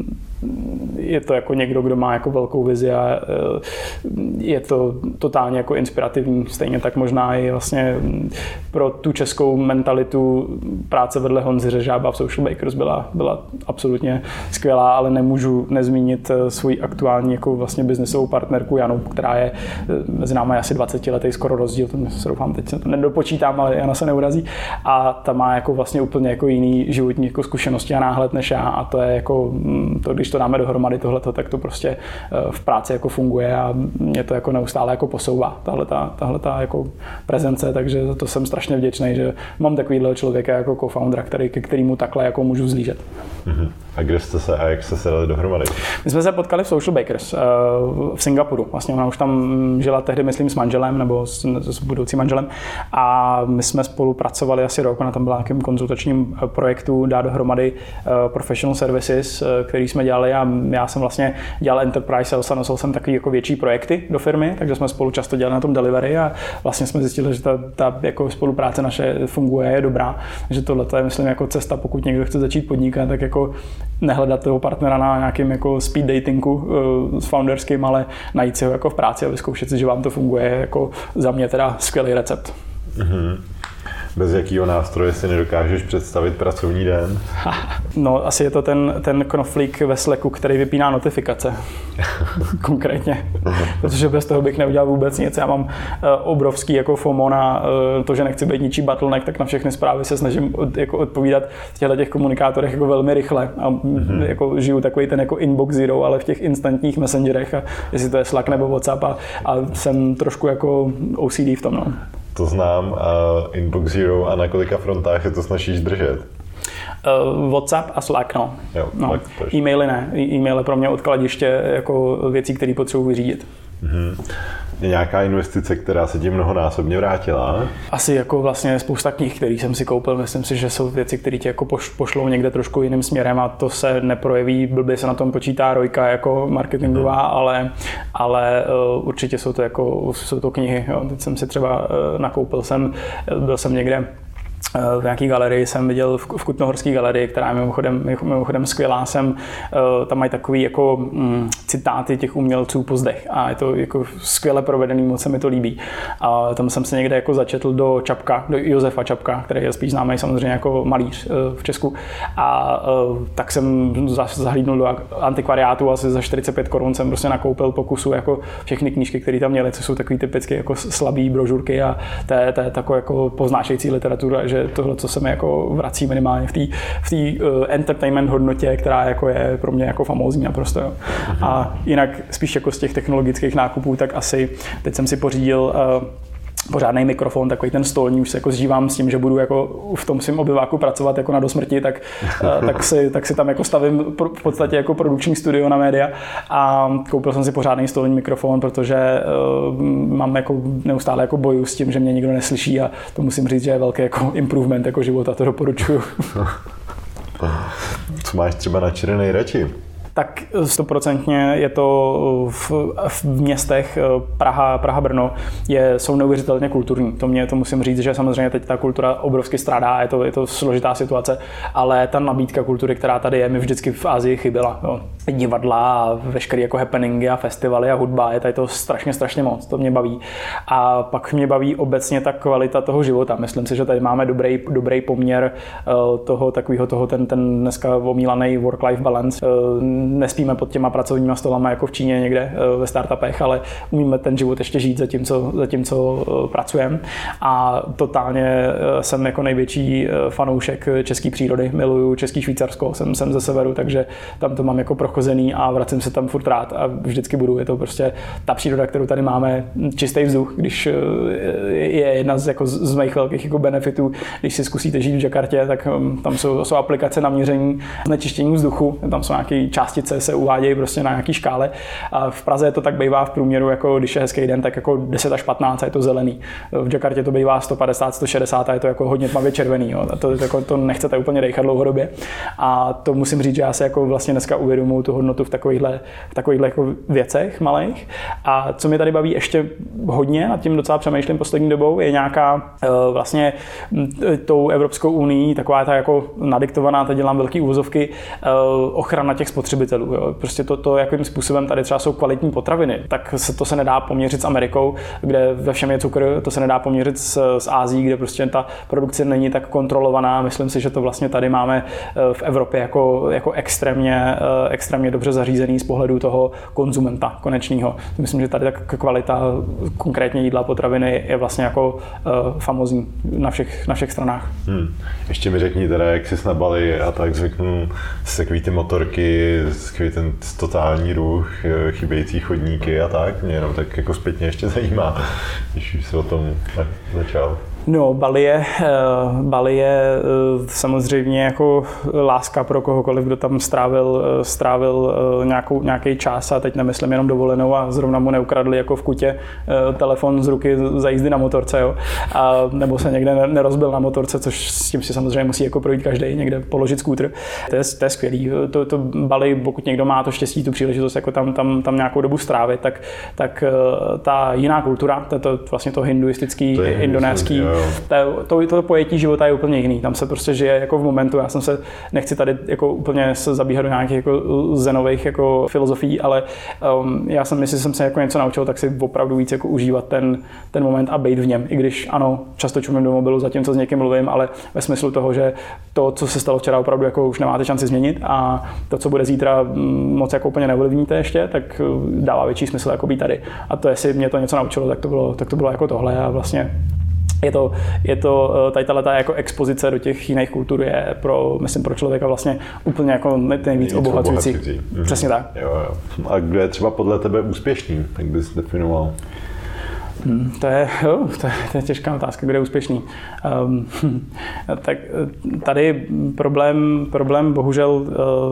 je to jako někdo, kdo má jako velkou vizi a je to totálně jako inspirativní. Stejně tak možná i vlastně pro tu českou mentalitu práce vedle Honzy Řežába v Social Bakers byla absolutně skvělá, ale nemůžu nezmínit svoji aktuální jako vlastně biznesovou partnerku Janu, která je mezi námi asi 20 letý skoro rozdíl, to se doufám, teď se to nedopočítám, ale Jana se neurazí a ta má jako vlastně úplně jako jiný životní jako zkušenosti a náhled než já a to je jako to, když to dáme dohromady tohleto, tak to prostě v práci jako funguje a mě to jako neustále jako posouvá, tahleta jako prezence, takže za to jsem strašně vděčný, že mám takovýhle člověka jako co-foundera, ke kterému takhle jako můžu vzlížet. A kde jste se a jak jste se dali dohromady? My jsme se potkali v Social Bakers v Singapuru. Vlastně ona už tam žila tehdy, myslím, s manželem nebo s budoucím manželem a my jsme spolupracovali asi rok, ona tam byla nějakým konzultačním projektu dát dohromady professional services, který jsme dělali a já jsem vlastně dělal enterprise sales a nosil jsem takový jako větší projekty do firmy, takže jsme spolu často dělali na tom delivery a vlastně jsme zjistili, že ta jako spolupráce naše funguje, je dobrá, že tohle je, myslím, jako cesta, pokud někdo chce začít podnikat, tak jako nehledat toho partnera na nějakém jako speed datingu s founderským, ale najít si ho jako v práci a vyzkoušet si, že vám to funguje, jako za mě teda skvělý recept. Bez jakého nástroje si nedokážeš představit pracovní den? No, asi je to ten knoflík ve Slacku, který vypíná notifikace. Konkrétně. Protože bez toho bych neudělal vůbec nic. Já mám obrovský jako FOMO na to, že nechci být ničí bottleneck, tak na všechny zprávy se snažím jako odpovídat v těch komunikátorech jako velmi rychle. A jako žiju takový ten jako inbox zero, ale v těch instantních messengerech, a jestli to je Slack nebo WhatsApp a jsem trošku jako OCD v tom. No. To znám, Inbox Zero a na kolika frontách se to snažíš držet? WhatsApp a Slack, no. Jo, no. E-maily ne. E-mail je pro mě odkladiště jako věcí, které potřebuji vyřídit. Je nějaká investice, která se ti mnohonásobně vrátila? Asi jako vlastně spousta knih, který jsem si koupil. Myslím si, že jsou věci, které tě jako pošlou někde trošku jiným směrem a to se neprojeví. Blbě se na tom počítá ROIka jako marketingová, ale určitě jsou to knihy. Jo. Teď jsem si třeba nakoupil byl jsem někde v nějaké galerii jsem viděl v Kutnohorské galerii, která je mimochodem skvělá. Tam mají takový jako citáty těch umělců po zdech a je to jako skvěle provedený, moc se mi to líbí. A tam jsem se někde jako začetl do Josefa Čapka, který je spíš známý samozřejmě jako malíř v Česku. A tak jsem zahlídnul do antikvariátu, asi za 45 korun jsem prostě nakoupil po kusu jako všechny knížky, které tam měly, co jsou takový typicky jako slabý brožurky a to je taková jako poznášející literatura, že že tohle, co se mi jako vrací minimálně v té entertainment hodnotě, která jako je pro mě jako famózní naprosto. Jo. A jinak spíš jako z těch technologických nákupů, tak asi teď jsem si pořídil pořádný mikrofon, takový ten stolní, už se jako zžívám s tím, že budu jako v tom svém obyváku pracovat jako na dosmrti, tak si tam jako stavím v podstatě jako produkční studio na média a koupil jsem si pořádný stolní mikrofon, protože mám jako neustále jako boju s tím, že mě nikdo neslyší a to musím říct, že je velký jako improvement jako života, to doporučuju. Co máš třeba na Čire nejradši? Tak 100% je to v městech Praha, Brno jsou neuvěřitelně kulturní. To musím říct, že samozřejmě teď ta kultura obrovsky strádá, je to složitá situace, ale ta nabídka kultury, která tady je, mi vždycky v Asii chyběla. Jo. Divadla a veškeré jako happeningy a festivaly a hudba, je tady to strašně moc, to mě baví. A pak mě baví obecně ta kvalita toho života. Myslím si, že tady máme dobrý poměr ten dneska omílaný work-life balance. Nespíme pod těma pracovníma stolama jako v Číně někde ve startupech, ale umíme ten život ještě žít zatímco pracujeme. A totálně jsem jako největší fanoušek české přírody, miluju český Švýcarsko, jsem ze severu, takže tam to mám jako prochozený a vracím se tam furt rád a vždycky budu. Je to prostě ta příroda, kterou tady máme, čistý vzduch, když je jedna z mých velkých jako benefitů, když si zkusíte žít v Jakartě, tak tam jsou aplikace na měření znečištění vzduchu, tam jsou nějaké částice, se uvádějí prostě na nějaký škále. A v Praze to tak bývá v průměru, jako když je hezký den, tak jako 10 až 15 a je to zelený. V Jakartě to bývá 150, 160 a je to jako hodně tmavě červený. Jo. To nechcete úplně dejchat dlouhodobě. A to musím říct, že já se jako vlastně dneska uvědomuji tu hodnotu v takovýchhle jako věcech malých. A co mě tady baví ještě hodně, nad tím docela přemýšlím poslední dobou, je nějaká vlastně tou Evropskou unii, taková ta jako nadiktovaná, teď dělám velký úvozovky, ochrana těch spotřebitelů. Jo. Prostě to, jakým způsobem tady třeba jsou kvalitní potraviny, tak to se nedá poměřit s Amerikou, kde ve všem je cukr, to se nedá poměřit s Ázií, kde prostě ta produkce není tak kontrolovaná. Myslím si, že to vlastně tady máme v Evropě jako extrémně dobře zařízený z pohledu toho konzumenta konečného. Myslím, že tady ta kvalita konkrétně jídla, potraviny je vlastně jako famózní na všech stranách. Ještě mi řekni teda, jak jsi na Bali a tak řeknu, takový ty motorky, takový ten totální ruch, chybějící chodníky a tak, mě jenom tak jako zpětně ještě zajímá, když už jsi o tom začal. No, Bali je samozřejmě jako láska pro kohokoliv, kdo tam strávil nějaký čas a teď nemyslím jenom dovolenou a zrovna mu neukradli jako v Kutě telefon z ruky za jízdy na motorce, jo. A nebo se někde nerozbil na motorce, což s tím si samozřejmě musí jako projít každý, někde položit skútr. To je skvělý. To Bali, pokud někdo má to štěstí, tu příležitost jako tam nějakou dobu strávit, tak ta jiná kultura, to vlastně to hinduistický, indonéský, to pojetí života je úplně jiný. Tam se prostě žije jako v momentu. Já jsem se nechci tady jako úplně se zabíhat do nějakých jako zenových jako filozofií, ale jestli jsem se jako něco naučil, tak si opravdu víc jako užívat ten moment a být v něm. I když ano, často čumím do mobilu, zatímco s někým mluvím, ale ve smyslu toho, že to, co se stalo včera, opravdu jako už nemáte šanci změnit a to, co bude zítra, moc jako úplně neovlivníte ještě, tak dává větší smysl jako být tady. A to, jestli mě to něco naučilo, tak to bylo jako tohle a vlastně je to tady tato jako expozice do těch jiných kultur je pro člověka vlastně úplně jako nejvíc obohacující. Přesně tak. Jo. A kdo je třeba podle tebe úspěšný? Jak bys definoval? To je těžká otázka, kdo je úspěšný. Tak tady problém bohužel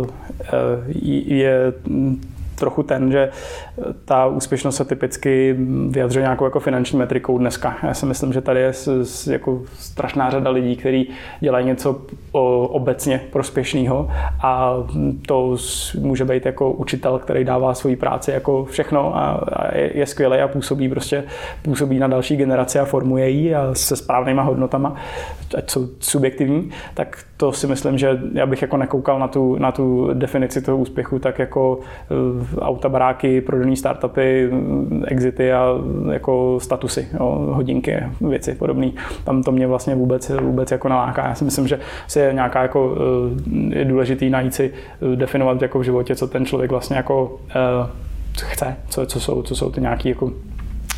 je trochu ten, že ta úspěšnost se typicky vyjadřuje nějakou jako finanční metrikou dneska. Já si myslím, že tady je jako strašná řada lidí, kteří dělají něco obecně prospěšného a to může být jako učitel, který dává svoji práci jako všechno a je skvělý a působí na další generaci a formuje ji a se správnýma hodnotama, ať jsou subjektivní, tak to si myslím, že já bych jako nekoukal na tu definici toho úspěchu tak jako auta, baráky, prodaný startupy, exity a jako statusy, hodinky, věci podobné. Tam to mě vlastně vůbec jako naláká. Já si myslím, že je nějaká jako je důležitý najít si definovat jako v životě, co ten člověk vlastně jako chce, co jsou ty nějaký jako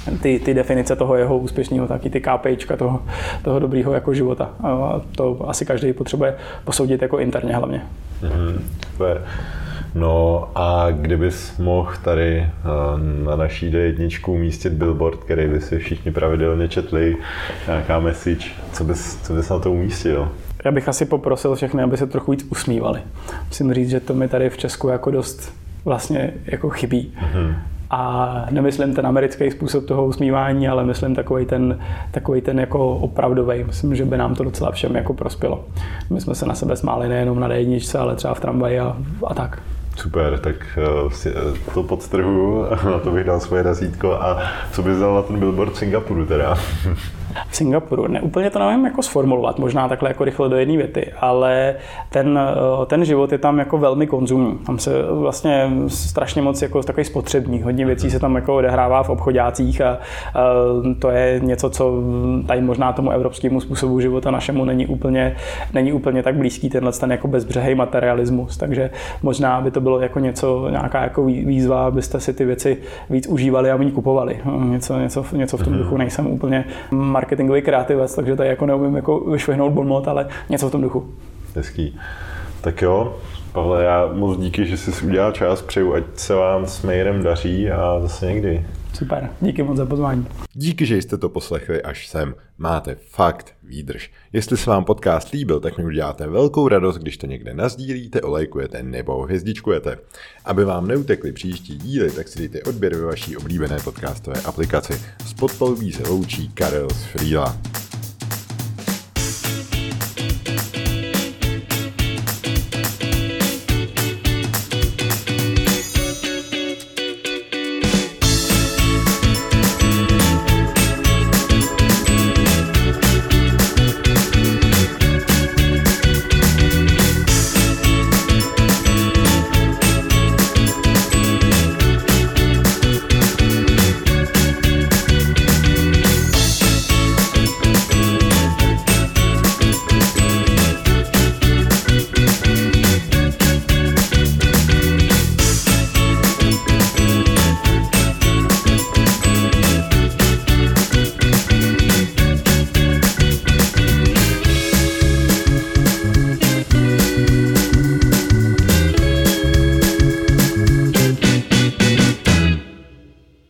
ty definice toho jeho úspěšného, taky ty KPIčka toho dobrýho jako života. A to asi každý potřebuje posoudit jako interně hlavně. Super. No a kdybys mohl tady na naší D1 umístit billboard, který by si všichni pravidelně četli, nějaká message, co bys na to umístil? Já bych asi poprosil všechny, aby se trochu víc usmívali. Musím říct, že to mi tady v Česku jako dost vlastně jako chybí. A nemyslím ten americký způsob toho usmívání, ale myslím takovej ten jako opravdovej. Myslím, že by nám to docela všem jako prospělo. My jsme se na sebe smáli nejenom na D1, ale třeba v tramvaji a tak. Super, tak to podtrhuju, na to bych dal svoje razítko. A co bys dal na ten billboard v Singapuru teda? V Singapuru. Úplně to nevím jako sformulovat, možná takhle jako rychle do jedné věty, ale ten život je tam jako velmi konzumní. Tam se vlastně strašně moc jako takový spotřební. Hodně věcí se tam jako odehrává v obchodácích a to je něco, co tady možná tomu evropskému způsobu života našemu není úplně tak blízký, ten jako bezbřehej materialismus. Takže možná by to bylo jako nějaká jako výzva, abyste si ty věci víc užívali a méně kupovali. Něco v tom duchu. Nejsem úplně marketingový kreativec, takže tady jako neumím jako vyšvihnout bonmot, ale něco v tom duchu. Hezký. Tak jo, Pavle, já moc díky, že jsi udělal čas, přeju, ať se vám s Mejrem daří a zase někdy. Super, díky moc za pozvání. Díky, že jste to poslechli až sem. Máte fakt výdrž. Jestli se vám podcast líbil, tak mi uděláte velkou radost, když to někde nazdílíte, olajkujete nebo hvězdičkujete. Aby vám neutekly příští díly, tak si dejte odběr ve vaší oblíbené podcastové aplikaci. S podpalubí se loučí Karel z Frýla.